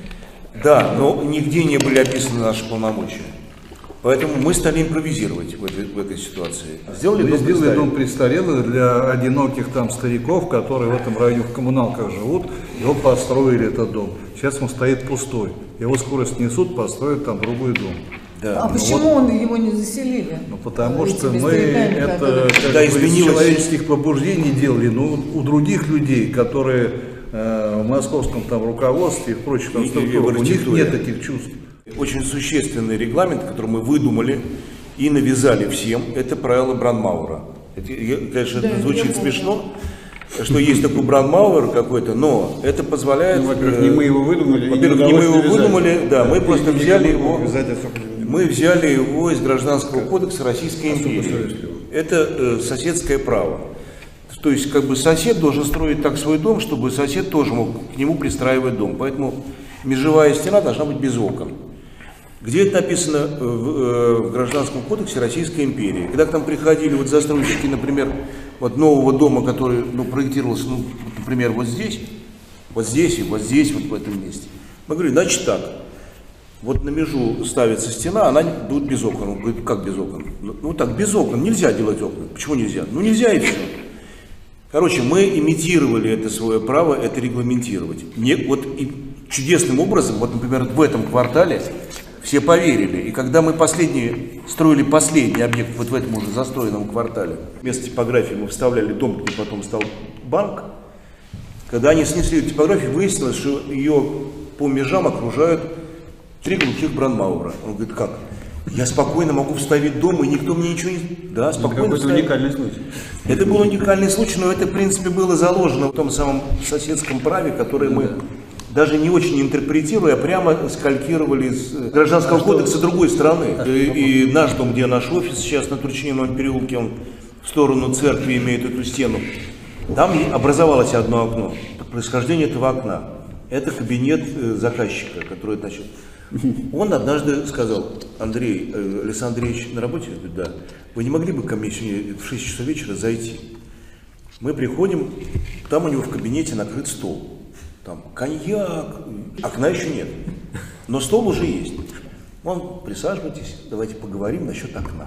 да, но нигде не были описаны наши полномочия. Поэтому мы стали импровизировать в этой, в этой ситуации. Сделали, мы дом, сделали дом престарелых для одиноких там стариков, которые в этом районе в коммуналках живут, его построили этот дом. Сейчас он стоит пустой, его скоро снесут, построят там другой дом. Да. А ну почему вот, он его не заселили? Ну, потому что мы это да, из человеческих побуждений делали, но у других людей, которые э, в московском там руководстве и в прочих там структурах, у них нет таких чувств. Очень существенный регламент, который мы выдумали и навязали всем, это правило Бранмауэра. Это, конечно, да, это звучит смешно, что есть такой Бранмауэр какой-то, но это позволяет... Ну, во-первых, не мы его выдумали. Во-первых, не мы его выдумали, да, мы просто взяли его... Мы взяли его из Гражданского кодекса Российской империи. Это э, соседское право. То есть, как бы сосед должен строить так свой дом, чтобы сосед тоже мог к нему пристраивать дом. Поэтому межевая стена должна быть без окон. Где это написано в, э, в Гражданском кодексе Российской империи? Когда к нам приходили вот застройщики, например, вот нового дома, который ну, проектировался, ну, например, вот здесь, вот здесь и вот здесь, вот в этом месте. Мы говорим, значит так. Вот на межу ставится стена, она будет без окон. Он говорит, как без окон? Ну, ну так, без окон. Нельзя делать окна. Почему нельзя? Ну нельзя и все. Короче, мы имитировали это свое право, это регламентировать. Не, вот и чудесным образом, вот, например, в этом квартале все поверили. И когда мы последний, строили последний объект вот в этом уже застроенном квартале, вместо типографии мы вставляли дом, где потом стал банк. Когда они снесли эту типографию, выяснилось, что ее по межам окружают три глухих Бранмауэра. Он говорит, как? Я спокойно могу вставить дом, и никто мне ничего не... Да, спокойно Это уникальный случай. Это был уникальный случай, но это, в принципе, было заложено в том самом соседском праве, которое мы даже не очень интерпретируя, а прямо скалькировали из Гражданского кодекса другой стороны. И, и наш дом, где наш офис сейчас на Турчининовом переулке, он в сторону церкви имеет эту стену. Там образовалось одно окно. Происхождение этого окна. Это кабинет заказчика, который, значит... Он однажды сказал, Андрей, э, Александр Андреевич на работе? Я говорю, да. Вы не могли бы ко мне сегодня в шесть часов вечера зайти? Мы приходим, там у него в кабинете накрыт стол. Там коньяк, окна еще нет. Но стол уже есть. Он, присаживайтесь, давайте поговорим насчет окна.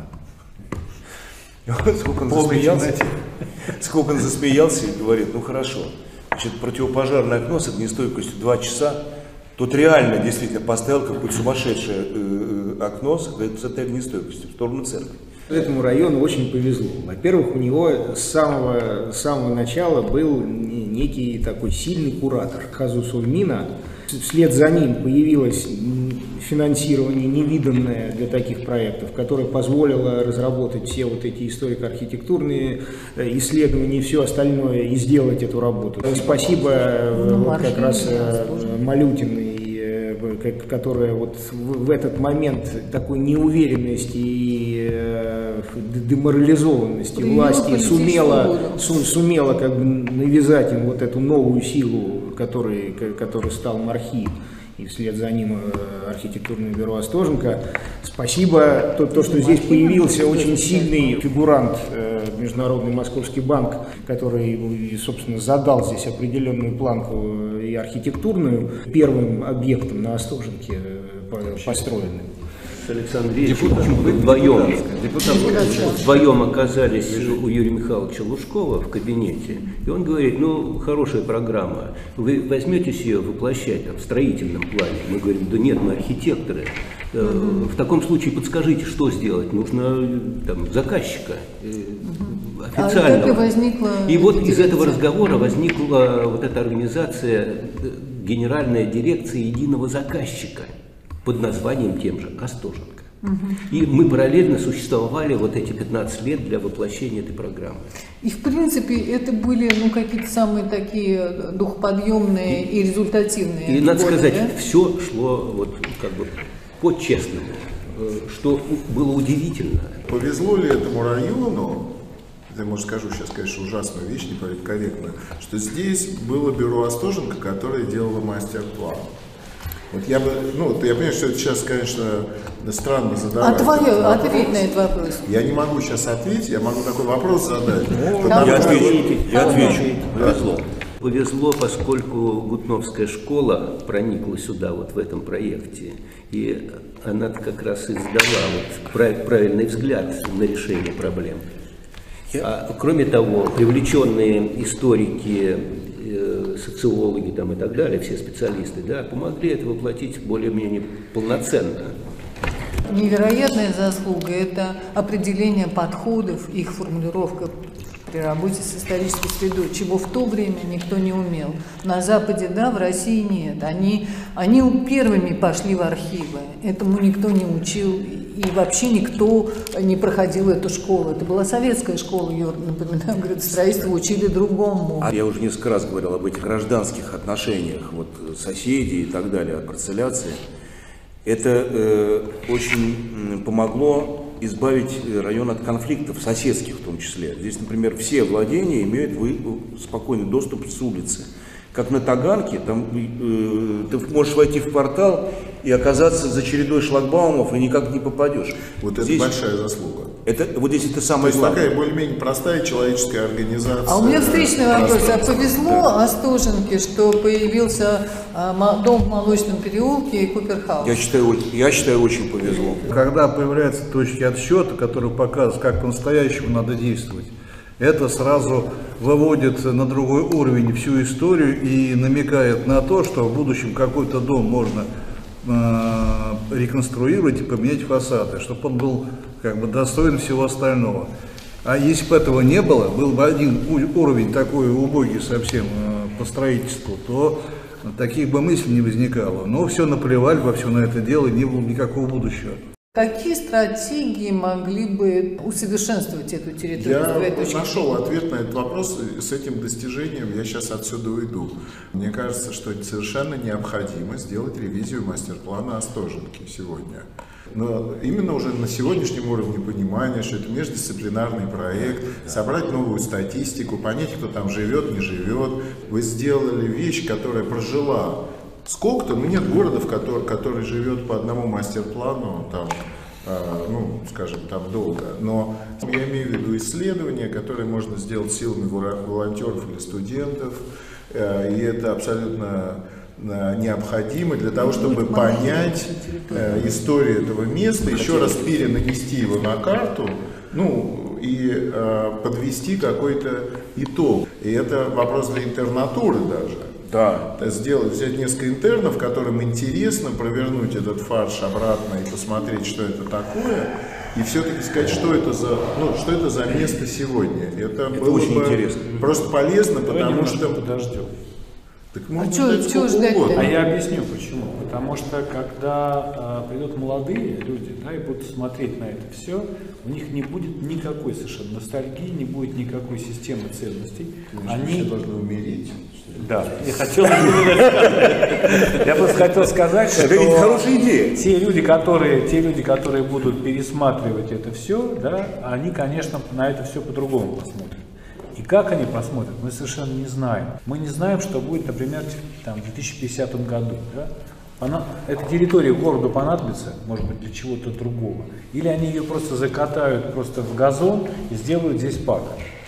И вот сколько он засмеялся, сколько он засмеялся и говорит, ну хорошо, значит, противопожарное окно с огнестойкостью два часа. Тут реально действительно поставил какое-то сумасшедшее э, окно с, с этой огнестойкостью в сторону церкви. Этому району очень повезло. Во-первых, у него с самого, с самого начала был некий такой сильный куратор Казус Ульмина. Вслед за ним появилось финансирование невиданное для таких проектов, которое позволило разработать все вот эти историко-архитектурные исследования и все остальное, и сделать эту работу. Спасибо ну, вот как раз Малютиной которая вот в этот момент такой неуверенности и деморализованности власти сумела, сумела как бы навязать им вот эту новую силу, которой, которой стал МАРХИ, и вслед за ним архитектурное бюро Остоженко. Спасибо, то, то что здесь появился очень сильный фигурант, Международный Московский банк, который, собственно, задал здесь определенную планку и архитектурную, первым объектом на Остоженке построенным. Александр Ильич, вы вдвоем, вдвоем оказались у Юрия Михайловича Лужкова в кабинете, и он говорит, ну, хорошая программа, вы возьметесь ее воплощать там, в строительном плане? Мы говорим, да нет, мы архитекторы. В таком случае подскажите, что сделать? Нужно там, заказчика официального. А как и возникла и вот из этого разговора возникла вот эта организация, Генеральная дирекция единого заказчика, под названием тем же Остоженко. Угу. И мы параллельно существовали вот эти пятнадцать лет для воплощения этой программы. И в принципе это были ну, какие-то самые такие духоподъемные и, и результативные. И надо годы, сказать, да? все шло вот как бы по-честному, что было удивительно. Повезло ли этому району, я, может, скажу сейчас, конечно, ужасную вещь, неполиткорректную, что здесь было бюро Остоженко, которое делало мастер-план. Вот я бы, ну, я понимаю, что это сейчас, конечно, странно задавать. А твое, ответь на этот вопрос. Я не могу сейчас ответить, я могу такой вопрос задать. Я отвечу, я отвечу. Повезло. Повезло, поскольку Гутновская школа проникла сюда, вот в этом проекте, и она как раз и сдала вот правильный взгляд на решение проблем. А, кроме того, привлеченные историки, социологи там, и так далее, все специалисты, да, помогли это воплотить более-менее полноценно. Невероятная заслуга – это определение подходов, их формулировка при работе с исторической средой, чего в то время никто не умел. На Западе, да, в России нет. Они, они первыми пошли в архивы, этому никто не учил, и вообще никто не проходил эту школу. Это была советская школа, ее, напоминаю, говорит, строительство учили другому. Я уже несколько раз говорил об этих гражданских отношениях, вот соседей и так далее, о парцеляции. Это э, очень помогло избавить район от конфликтов, соседских в том числе. Здесь, например, все владения имеют вы, спокойный доступ с улицы. Как на Таганке, там э, ты можешь войти в квартал и оказаться за чередой шлагбаумов и никак не попадешь. Вот здесь, это большая заслуга. Это, вот здесь это самое То есть главное. такая более-менее простая человеческая организация. А у меня встречный вопрос. А повезло Да. Остоженке, что появился а, дом в Молочном переулке и Куперхаус? Я считаю, я считаю, очень повезло. Когда появляются точки отсчета, которые показывают, как по-настоящему надо действовать, это сразу выводит на другой уровень всю историю и намекает на то, что в будущем какой-то дом можно э, реконструировать и поменять фасады, чтобы он был как бы достоин всего остального. А если бы этого не было, был бы один уровень такой убогий совсем э, по строительству, то таких бы мыслей не возникало. Но все наплевали во все на это дело, и не было никакого будущего. Какие стратегии могли бы усовершенствовать эту территорию? Я нашел ответ на этот вопрос, и с этим достижением я сейчас отсюда уйду. Мне кажется, что совершенно необходимо сделать ревизию мастер-плана Остоженки сегодня. Но именно уже на сегодняшнем уровне понимания, что это междисциплинарный проект, собрать новую статистику, понять, кто там живет, не живет. Вы сделали вещь, которая прожила сколько-то, ну нет города, в который, который живет по одному мастер-плану, там, э, ну, скажем, там долго. Но я имею в виду исследования, которые можно сделать силами волонтеров или студентов, э, и это абсолютно э, необходимо для того, чтобы понять э, историю этого места, еще раз перенанести его на карту, ну, и э, подвести какой-то итог. И это вопрос для интернатуры даже. Да. Сделать, взять несколько интернов, которым интересно провернуть этот фарш обратно и посмотреть, что это такое, и все-таки сказать, что это за, ну, что это за место сегодня. Это, это было очень бы интересно. Просто полезно, Давай потому что... подождем. Так А можно чё- ждать чё сколько ждать-то? угодно. А я объясню почему. Потому что когда э, придут молодые люди, да, и будут смотреть на это все, у них не будет никакой совершенно ностальгии, не будет никакой системы ценностей. Они все должны умереть. Да, я хотел Я просто хотел сказать, что Это ведь хорошая идея. те люди, которые, те люди, которые будут пересматривать это все, да, они, конечно, на это все по-другому посмотрят. И как они посмотрят, мы совершенно не знаем. Мы не знаем, что будет, например, там, в две тысячи пятидесятом году. Да? Она, эта территория городу понадобится, может быть, для чего-то другого. Или они ее просто закатают просто в газон и сделают здесь парк.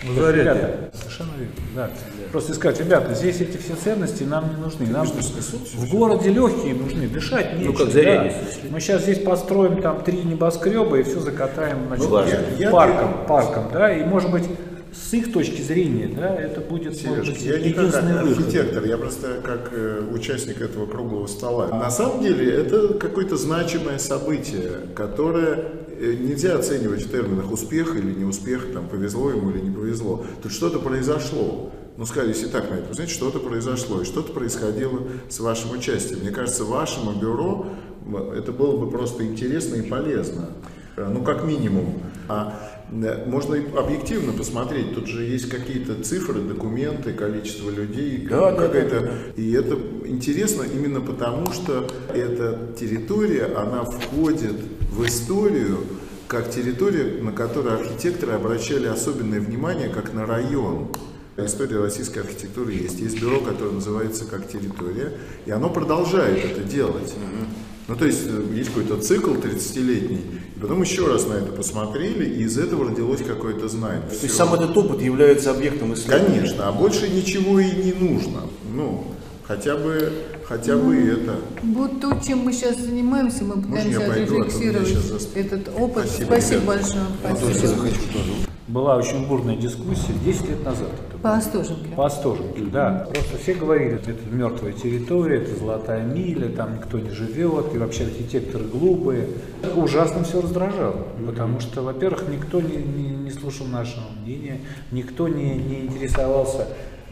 Ребята, совершенно верно. Да. Просто сказать, ребята, здесь эти все ценности нам не нужны. Нам в городе легкие нужны, дышать нечем. Ну, как да. Зарядье. Мы сейчас здесь построим там три небоскреба и все закатаем, значит, Ну, я- я- парком, парком, да, и может быть с их точки зрения, да, это будет, может Сережка, быть, я не как единственный выход. архитектор, я просто как э, участник этого круглого стола. На самом деле это какое-то значимое событие, которое э, нельзя оценивать в терминах успех или неуспех, там, повезло ему или не повезло. Тут что-то произошло. Ну, сказали, если так на это, знаете, что-то произошло, и что-то происходило с вашим участием. Мне кажется, вашему бюро это было бы просто интересно и полезно. Ну, как минимум. А можно и объективно посмотреть, тут же есть какие-то цифры, документы, количество людей, Да, да, какая-то... да, да. И это интересно именно потому, что эта территория, она входит в историю как территория, на которую архитекторы обращали особенное внимание, как на район. История российской архитектуры есть. Есть бюро, которое называется как территория, и оно продолжает это делать. Ну, то есть, есть какой-то цикл тридцатилетний, и потом еще раз на это посмотрели, и из этого родилось какое-то знание. То есть сам этот опыт является объектом исследования. Конечно, а больше ничего и не нужно. Ну, хотя бы, хотя бы это. Вот то, чем мы сейчас занимаемся, мы Можно я пытаемся пойду, а то меня отрефлексировать сейчас заставят. этот опыт. Спасибо, Спасибо, ребята. большое. Спасибо. Была очень бурная дискуссия десять лет назад. Это По Остоженке. По Остоженке, да. Просто все говорили, это мертвая территория, это золотая миля, там никто не живет, и вообще архитекторы глупые. Ужасно все раздражало, потому что, во-первых, никто не, не, не слушал нашего мнения, никто не, не интересовался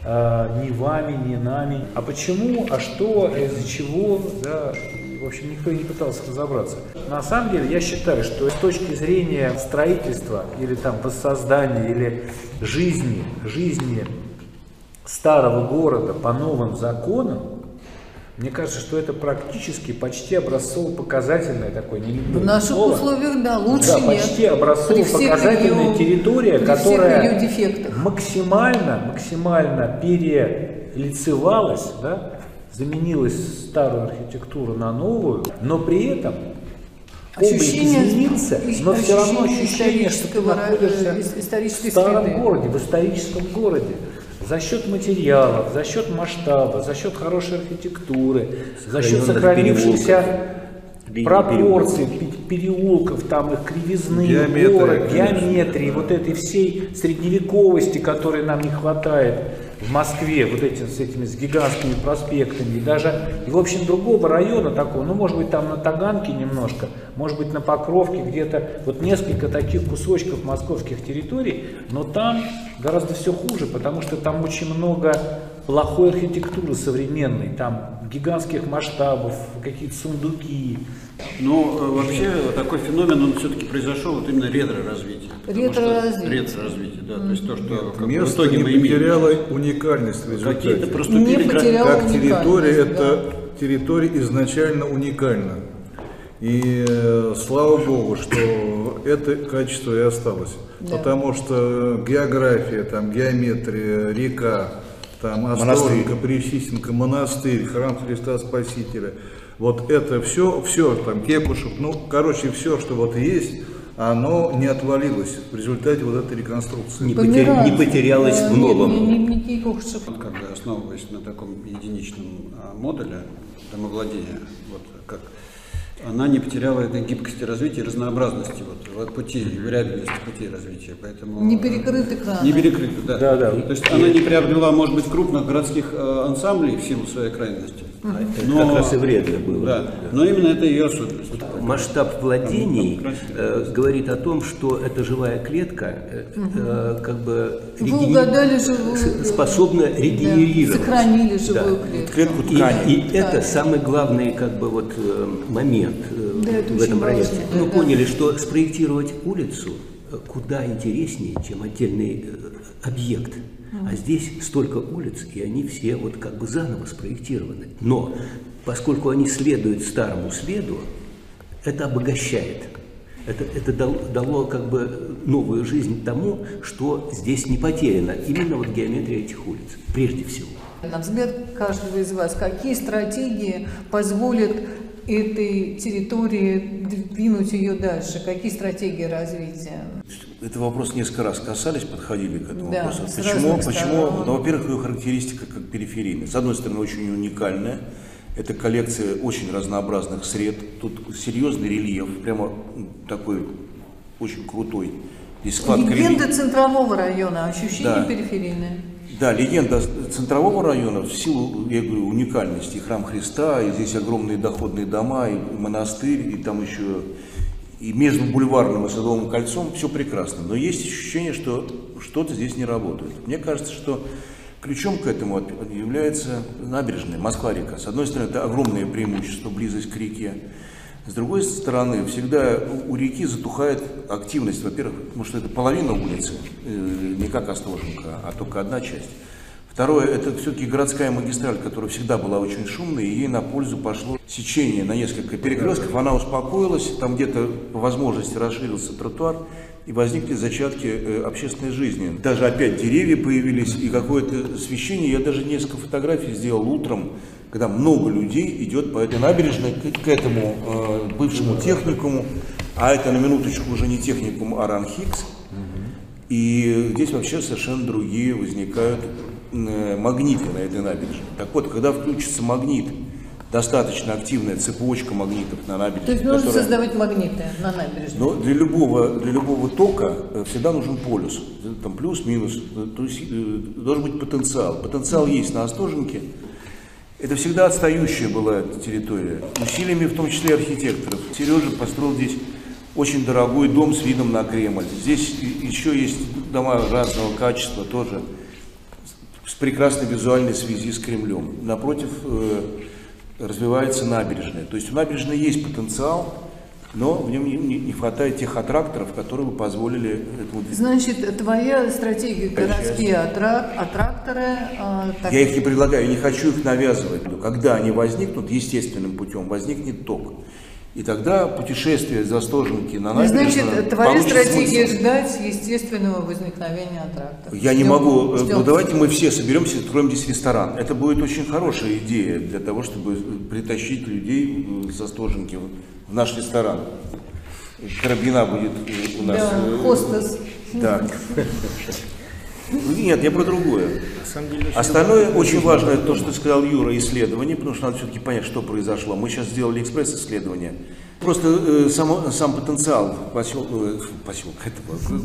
э, ни вами, ни нами. А почему, а что, из-за чего, да, в общем, никто не пытался разобраться. На самом деле, я считаю, что с точки зрения строительства или там воссоздания, или жизни, жизни старого города по новым законам, мне кажется, что это практически почти образцово-показательное такое, не люблю В наших слово. условиях, да, лучше Да, нет. почти При образцово-показательная всех территория, при которая всех ее дефектах. максимально, максимально перелицевалась, да, заменилась старую архитектуру на новую, но при этом облик Ощущение- изменился, но все равно ощущение ощущение, что ты исторического, находишься э, ис- исторической в старом среды. городе, в историческом городе. За счет материалов, за счет масштаба, за счет хорошей архитектуры, за счет Сохраненных сохранившихся переулков. пропорций, пе- переулков, там их кривизны, Геометрия, город, конечно. геометрии, вот этой всей средневековости, которой нам не хватает в Москве, вот эти, с этими с гигантскими проспектами, и даже, и, в общем, другого района такого, ну, может быть, там на Таганке немножко, может быть, на Покровке где-то, вот несколько таких кусочков московских территорий, но там гораздо все хуже, потому что там очень много плохой архитектуры современной, там гигантских масштабов, какие-то сундуки. Ну, вообще, такой феномен, он все-таки произошел вот именно ретро-развитие. Потому Ретро-развитие. что- Ретро-развитие, да. То есть то, что как бы в Место итоге не мы имеем. потеряло уникальность в результате. Какие-то проступили Не как- потеряло Как территория, уникальность, это территория изначально уникальна. И э, слава богу, что это качество и осталось. Да. Потому что география, там, геометрия, река, там, Остоженко, Пресисенко, монастырь, храм Христа Спасителя. Вот это все, все, там, Кекушев, ну, короче, все, что вот есть, оно не отвалилось в результате вот этой реконструкции. Не, Помирает. потер- не потерялось Э, в новом. Нет, не, не, не Кекушев. Вот как бы основываясь на таком единичном а, модуле домовладения, вот как она не потеряла этой гибкости развития и разнообразности вот, пути, вариабельности путей развития. Поэтому, не перекрыты краны. Не перекрыты, да. Да, да. То есть она не приобрела, может быть, крупных городских э, ансамблей в силу своей крайности. А это но, как раз и вредно было. Да, да. Но именно это ее особенность. Масштаб владений э, говорит о том, что эта живая клетка э, э, как бы Вы угадали живую, способна регенерировать. Да, сохранили живую да. клетку. Клетку И, ткани. и это самый главный как бы вот э, момент э, Да, это в очень этом проекте. важно, Мы да, поняли, что спроектировать улицу э, куда интереснее, чем отдельный э, объект. А здесь столько улиц, и они все вот как бы заново спроектированы. Но поскольку они следуют старому следу, это обогащает. Это, это дало, дало как бы новую жизнь тому, что здесь не потеряно. Именно вот геометрия этих улиц, прежде всего. На взгляд каждого из вас, какие стратегии позволят этой территории двинуть ее дальше? Какие стратегии развития? Этот вопрос несколько раз касались, подходили к этому Да, вопросу. с Почему? разных Почему? сторон. Ну, во-первых, ее характеристика как периферийная. С одной стороны, очень уникальная. Это коллекция очень разнообразных сред. Тут серьезный рельеф, прямо такой очень крутой. Здесь складка Легенда рельефа. центрового района, ощущение Да. периферийное. Да, легенда центрового района в силу, я говорю, уникальности. И храм Христа, и здесь огромные доходные дома, и монастырь, и там еще и между бульварным и Садовым кольцом все прекрасно. Но есть ощущение, что что-то здесь не работает. Мне кажется, что ключом к этому является набережная, Москва-река. С одной стороны, это огромное преимущество, близость к реке. С другой стороны, всегда у реки затухает активность, во-первых, потому что это половина улицы, не как Остоженко, а только одна часть. Второе, это все-таки городская магистраль, которая всегда была очень шумной, и ей на пользу пошло сечение на несколько перекрестков. Она успокоилась, там где-то по возможности расширился тротуар, и возникли зачатки общественной жизни. Даже опять деревья появились, и какое-то освещение. Я даже несколько фотографий сделал утром, когда много людей идет по этой набережной к, к этому э, бывшему техникуму, а это на минуточку уже не техникум, а РАН-Хикс. И здесь вообще совершенно другие возникают э, магниты на этой набережной. Так вот, когда включится магнит, достаточно активная цепочка магнитов на набережной. То есть нужно которая... создавать магниты на набережной? Но для любого, для любого тока всегда нужен полюс. Там плюс-минус. То есть должен быть потенциал. Потенциал есть на Остоженке. Это всегда отстающая была территория. Усилиями, в том числе архитекторов. Сережа построил здесь очень дорогой дом с видом на Кремль. Здесь еще есть дома разного качества, тоже с прекрасной визуальной связи с Кремлем. Напротив э, развивается набережная. То есть у набережной есть потенциал, но в нем не, не, не хватает тех аттракторов, которые бы позволили этому двигаться. Значит, твоя стратегия — городские аттрак, аттракторы. А, так... Я их не предлагаю, я не хочу их навязывать. Но когда они возникнут, естественным путем возникнет ток. И тогда путешествие из Остоженки на набережную... Значит, твоя стратегия — ждать естественного возникновения аттракторов. Я не Ждем, могу... ждем. Ну, давайте мы все соберемся и откроем здесь ресторан. Это будет очень хорошая идея для того, чтобы притащить людей с Остоженки в наш ресторан. Карабина будет у нас... Да, хостес. Да. Нет, я про другое. Остальное очень важно, то, что сказал Юра, исследование, потому что надо все-таки понять, что произошло. Мы сейчас сделали экспресс-исследование. Просто э, сам, сам потенциал поселка, э, поселка этого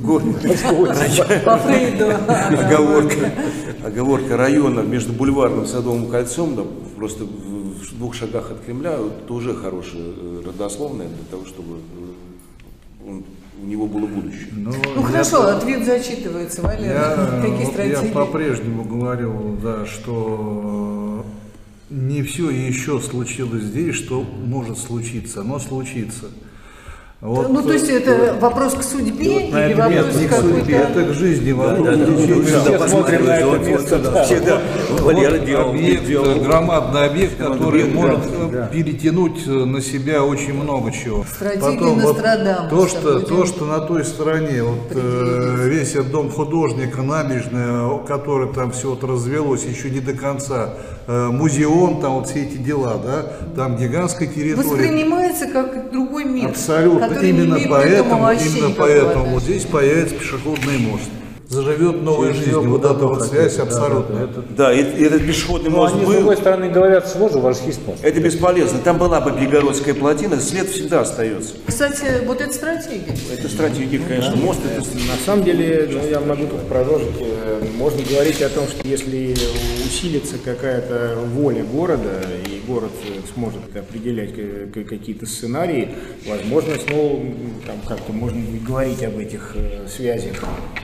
города, оговорка, оговорка района между Бульварным и Садовым кольцом, да, просто в двух шагах от Кремля, это уже хорошее родословное для того, чтобы он, у него было будущее. Но Ну я хорошо, по- ответ зачитывается, Валера. Я, Какие вот стратегии? я по-прежнему говорю, да, что не все еще случилось здесь, что может случиться, но случится. Вот, Ну, то есть это вопрос к судьбе на или это вопрос нет, не к к судьбе, какой-то... это к жизни вопрос. Да, да, да. Течение Всегда жизни. посмотрим на это место, да. Всегда Валера Вот делал, объект, делал. громадный объект, который Объект, может да, да. перетянуть на себя очень много чего. Стратегия вот Нострадамуса то, что, будем то, что на той стороне, вот, э, весь этот дом художника, набережная, который там все вот развелось еще не до конца, э, музеон, там вот все эти дела, да, там гигантская территория. Воспринимается как другой мир. Абсолютно. который не Именно имеет к этому поэтому, вообще именно никакого поэтому отношения. вот здесь появится пешеходный мост. заживет новой Через жизнью. Вот эта вот связь абсолютно. Да, это- Да, и, и этот пешеходный Ну, мост они, с был. другой стороны, говорят, свожу, ваш есть мост. Это бесполезно. Там была бы Белгородская плотина, след всегда остается. Кстати, вот это стратегия. Это стратегия, конечно. Мост это... На самом деле, ну, я могу только продолжить. Э, Можно говорить о том, что если усилится какая-то воля города, и город э, сможет определять к- к- какие-то сценарии, возможно, снова м, там как-то можно будет говорить об этих э, связях.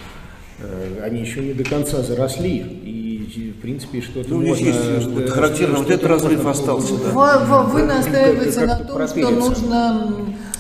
Э, Они еще не до конца заросли, и, в принципе, что-то Ну, здесь можно... есть вот э, характерно, вот что-то этот разрыв можно- остался, да. Вы, вы- вы настаиваете как-то на том, что пропилиться. нужно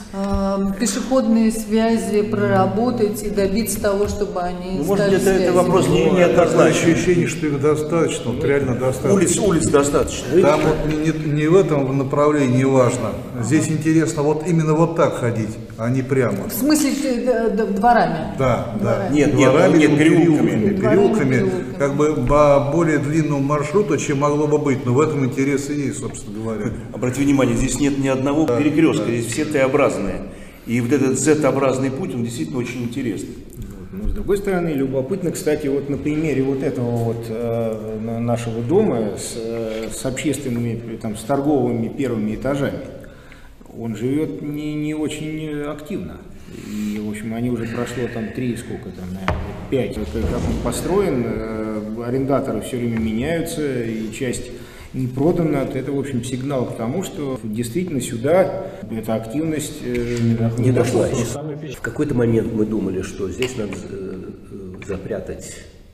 м, э, пешеходные связи проработать и добиться того, чтобы они Ну, может, стали это- это связями. вопрос не- не Такое однозначно. ощущение, что их достаточно, вот реально достаточно. Улиц, улиц достаточно. Там вот не, не в этом направлении важно. Здесь интересно вот именно вот так ходить, а не прямо. В смысле э, д- дворами? Да, да. Дворами. Нет, нет, Дворами, нет, ну, переулками. переулками, Дворами, переулками, переулками. как бы по более длинному маршруту, чем могло бы быть. Но в этом интерес и есть, собственно говоря. Обратите внимание, здесь нет ни одного перекрестка, здесь все Т-образные. И вот этот Z-образный путь, он действительно очень интересный. Ну, с другой стороны, любопытно, кстати, вот на примере вот этого вот э, на- нашего дома с, э, с общественными, там, с торговыми первыми этажами, он живет не, не очень активно. И, в общем, они уже прошло там три, сколько там, наверное, пять. Вот как он построен, э, арендаторы все время меняются, и часть не продана. Это, в общем, сигнал к тому, что действительно сюда эта активность э, Не дошла дошла. еще. В какой-то момент мы думали, что здесь надо э, э, запрятать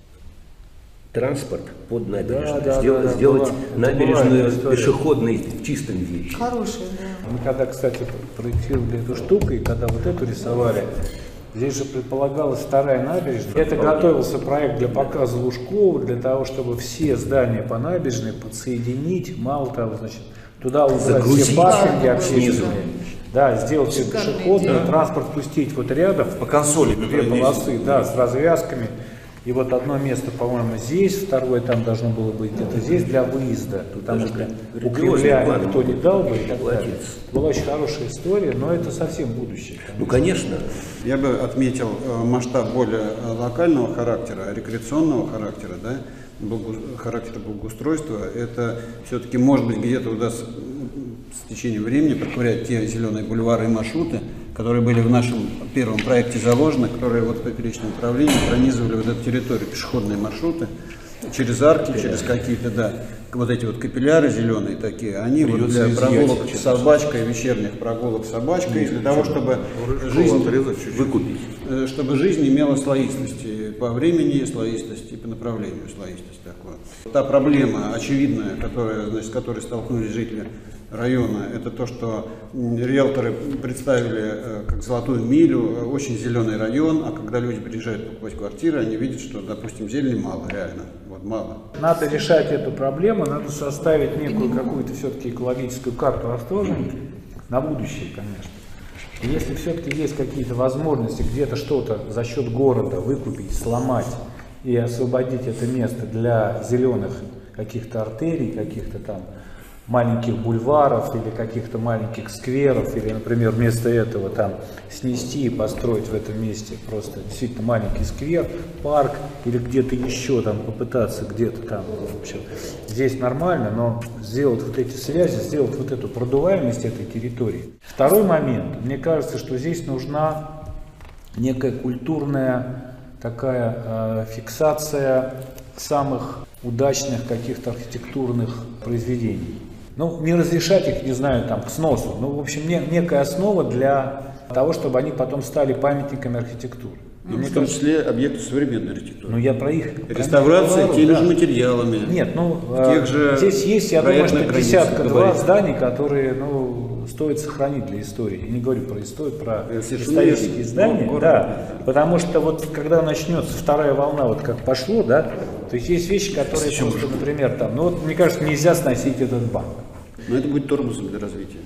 транспорт под набережной, Да, да, сделать, да, да, сделать была. Это набережную бывает история. пешеходной в чистом виде. Хорошая, да. Мы когда, кстати, проектировали эту штуку, и когда вот эту рисовали, здесь же предполагалась вторая набережная. Это готовился проект для показа Лужкова, для того, чтобы все здания по набережной подсоединить, мало того, значит, туда убрать Загрузить все паркинги снизу. общественные. Да, сделать ее Шикарная пешеходную, идея. транспорт пустить вот рядом, По консоли. две полосы, да, с развязками. И вот одно место, по-моему, здесь, второе там должно было быть где-то здесь для выезда, потому что у Кремля планы никто не могут дал бы и так далее. платиться. Была очень хорошая история, но это совсем будущее. Ну, конечно. Я бы отметил э, масштаб более э, локального характера, рекреационного характера, да, благо- характера благоустройства. Это все-таки, может быть, где-то удастся м, с течением времени проковырять те зеленые бульвары и маршруты, которые были в нашем первом проекте заложены, которые вот в поперечном направлении пронизывали вот эту территорию, пешеходные маршруты, через арки, через какие-то, да, вот эти вот капилляры зеленые такие, они вот Придется для изъять прогулок что-то. с собачкой, вечерних прогулок с собачкой, для того, чтобы жизнь Выкупить. Э, чтобы жизнь имела слоистости по времени, слоистости по направлению, слоистость такое. Та проблема очевидная, которая, значит, с которой столкнулись жители района, это то, что м, риэлторы представили э, как золотую милю, э, очень зеленый район, а когда люди приезжают покупать квартиры, они видят, что, допустим, зелени мало, реально, вот мало. Надо решать эту проблему, надо составить некую какую-то все-таки экологическую карту Остроженки на будущее, конечно. И если все-таки есть какие-то возможности где-то что-то за счет города выкупить, сломать и освободить это место для зеленых каких-то артерий, каких-то там маленьких бульваров или каких-то маленьких скверов, или, например, вместо этого там снести и построить в этом месте просто действительно маленький сквер, парк или где-то еще там попытаться где-то там, в общем, здесь нормально, но сделать вот эти связи, сделать вот эту продуваемость этой территории. Второй момент, мне кажется, что здесь нужна некая культурная такая э, фиксация самых удачных каких-то архитектурных произведений. Ну, не разрешать их, не знаю, там, к сносу. Ну, в общем, не, некая основа для того, чтобы они потом стали памятниками архитектуры. И Ну, мне в том кажется, числе объекты современной архитектуры. ну, я про их... про них Реставрация говорю, теми да. же материалами. Нет, ну, тех э, же здесь есть, я думаю, что проектных границах, десятка-два габаритов. зданий, которые, ну, стоит сохранить для истории. Я не говорю про историю, про Это совершенно исторические верно. здания, Ну, город, да. Потому что вот, когда начнется вторая волна, вот как пошло, да, то есть есть вещи, которые просто, например, там, ну, вот, мне кажется, нельзя сносить этот банк. Но это будет тормозом для развития.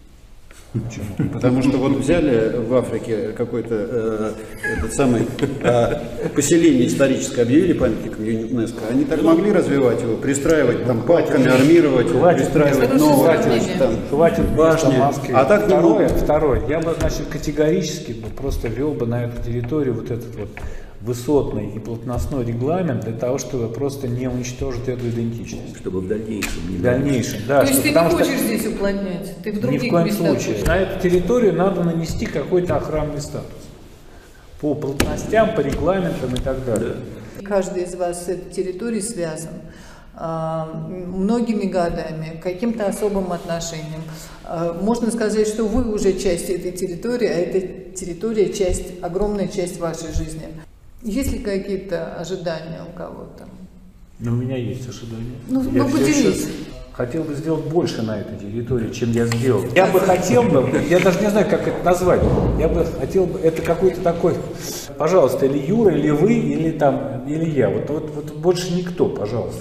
Почему? Потому что вот взяли в Африке какой-то э, этот самый э, поселение историческое, объявили памятником ЮНЕСКО, они так могли развивать его, пристраивать там палками, армировать, Хватит пристраивать места. новые Хватит значит, там, Хватит башни. места в Москве. А так не второе, могут. второе, я бы, значит, категорически бы просто ввел бы на эту территорию вот этот вот высотный и плотностной регламент для того, чтобы просто не уничтожить эту идентичность. Чтобы в дальнейшем не В дальнейшем, да. То есть ты не потому хочешь что здесь уплотнять, ты в ни других в коем местах случае. хочешь. На эту территорию надо нанести какой-то охранный статус. По плотностям, по регламентам и так далее. Каждый из вас с этой территорией связан а, многими годами, каким-то особым отношением. А, можно сказать, что вы уже часть этой территории, а эта территория часть, огромная часть вашей жизни. Есть ли какие-то ожидания у кого-то? Но у меня есть ожидания. Ну, я ну все поделись. еще хотел бы сделать больше на этой территории, чем я сделал. Я бы хотел бы, я даже не знаю, как это назвать, я бы хотел бы, это какой-то такой, пожалуйста, или Юра, или вы, или там, или я, вот, вот, вот больше никто, пожалуйста.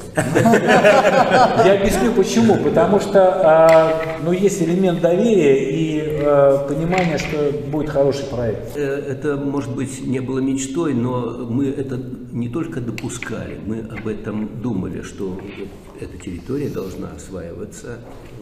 Я объясню почему, потому что, ну, есть элемент доверия и понимания, что будет хороший проект. Это, может быть, не было мечтой, но мы это не только допускали, мы об этом думали, что эта территория должна осваиваться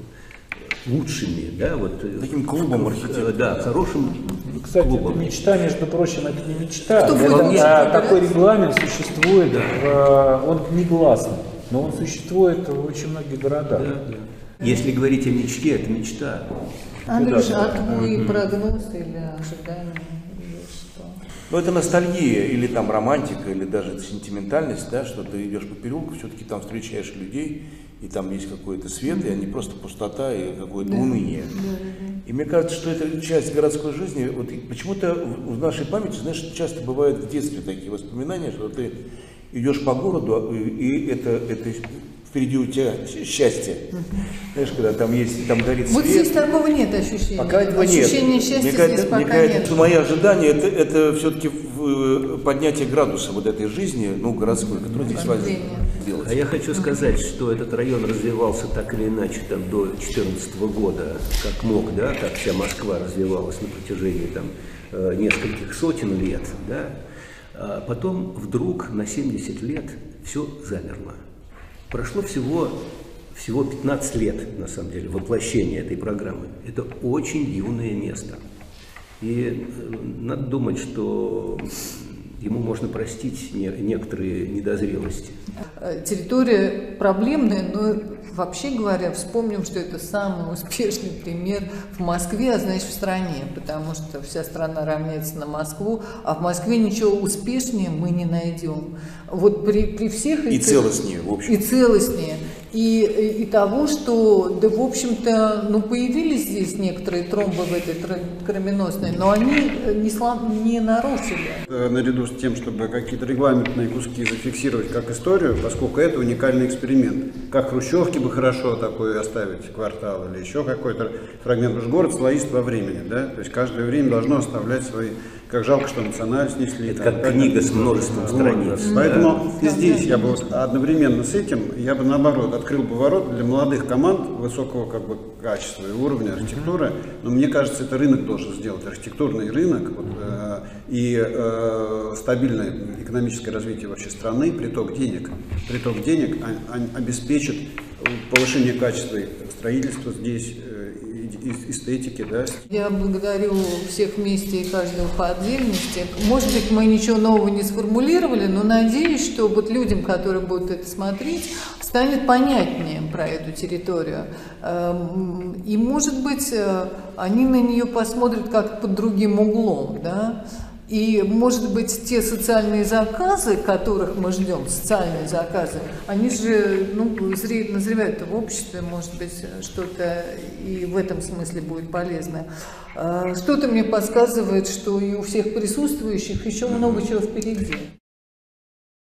лучшими, да, вот таким клубом архитекторов. Да, хорошим Кстати, клубом. это мечта, между прочим, это не мечта. Кто Это, будет а, мечтать, такой да? регламент существует, в, он негласный, но он существует в очень многих городах. Да, да. Если говорить о мечте, это мечта. Андрюша, а твой прогноз или ожидание? Или что? Ну, это ностальгия, или там романтика, или даже сентиментальность, да, что ты идешь по переулку, все-таки там встречаешь людей, и там есть какой-то свет, и они просто пустота и какое-то уныние. И мне кажется, что это часть городской жизни. Вот почему-то в нашей памяти, знаешь, часто бывают в детстве такие воспоминания, что ты идешь по городу, и это, это впереди у тебя счастье. Знаешь, когда там есть, там горит свет. Вот здесь такого нет ощущения. Пока этого нет. Ощущения счастья мне здесь кажется, пока мне кажется, нет. что мои ожидания это, это все-таки поднятие градуса вот этой жизни, ну, городской, которая здесь возникла. А я хочу сказать, что этот район развивался так или иначе там, до две тысячи четырнадцатого года, как мог, да, как вся Москва развивалась на протяжении там, нескольких сотен лет, да. А потом вдруг на семьдесят лет все замерло. Прошло всего, всего пятнадцать лет, на самом деле, воплощения этой программы. Это очень юное место. И надо думать, что ему можно простить не, некоторые недозрелости. Территория проблемная, но вообще говоря, вспомним, что это самый успешный пример в Москве, а значит в стране, потому что вся страна равняется на Москву, а в Москве ничего успешнее мы не найдем. Вот при, при всех И этих, целостнее, в общем. И целостнее. И, и, и того, что, да, в общем-то, ну, появились здесь некоторые тромбы в этой кровеносной, но они не, слом, не нарушили. Наряду с тем, чтобы какие-то регламентные куски зафиксировать как историю, поскольку это уникальный эксперимент. Как хрущевки бы хорошо такой оставить квартал или еще какой-то фрагмент. Потому что город слоист во времени, да? То есть каждое время должно оставлять свои... Как жалко, что национальность снесли. Это там, как так, книга так, с множеством вот, страниц. да. Поэтому и здесь я бы одновременно с этим, я бы наоборот открыл бы ворота для молодых команд высокого как бы качества и уровня архитектуры. Но мне кажется, это рынок должен сделать, архитектурный рынок вот, э, и э, стабильное экономическое развитие вообще страны, приток денег, приток денег а, а, обеспечит повышение качества строительства здесь, э, эстетики, да. Я благодарю всех вместе и каждого по отдельности. Может быть, мы ничего нового не сформулировали, но надеюсь, что вот людям, которые будут это смотреть, станет понятнее про эту территорию. И, может быть, они на нее посмотрят как под другим углом, да. И, может быть, те социальные заказы, которых мы ждем, социальные заказы, они же, ну, назревают в обществе, может быть, что-то и в этом смысле будет полезно. Что-то мне подсказывает, что и у всех присутствующих еще много чего впереди.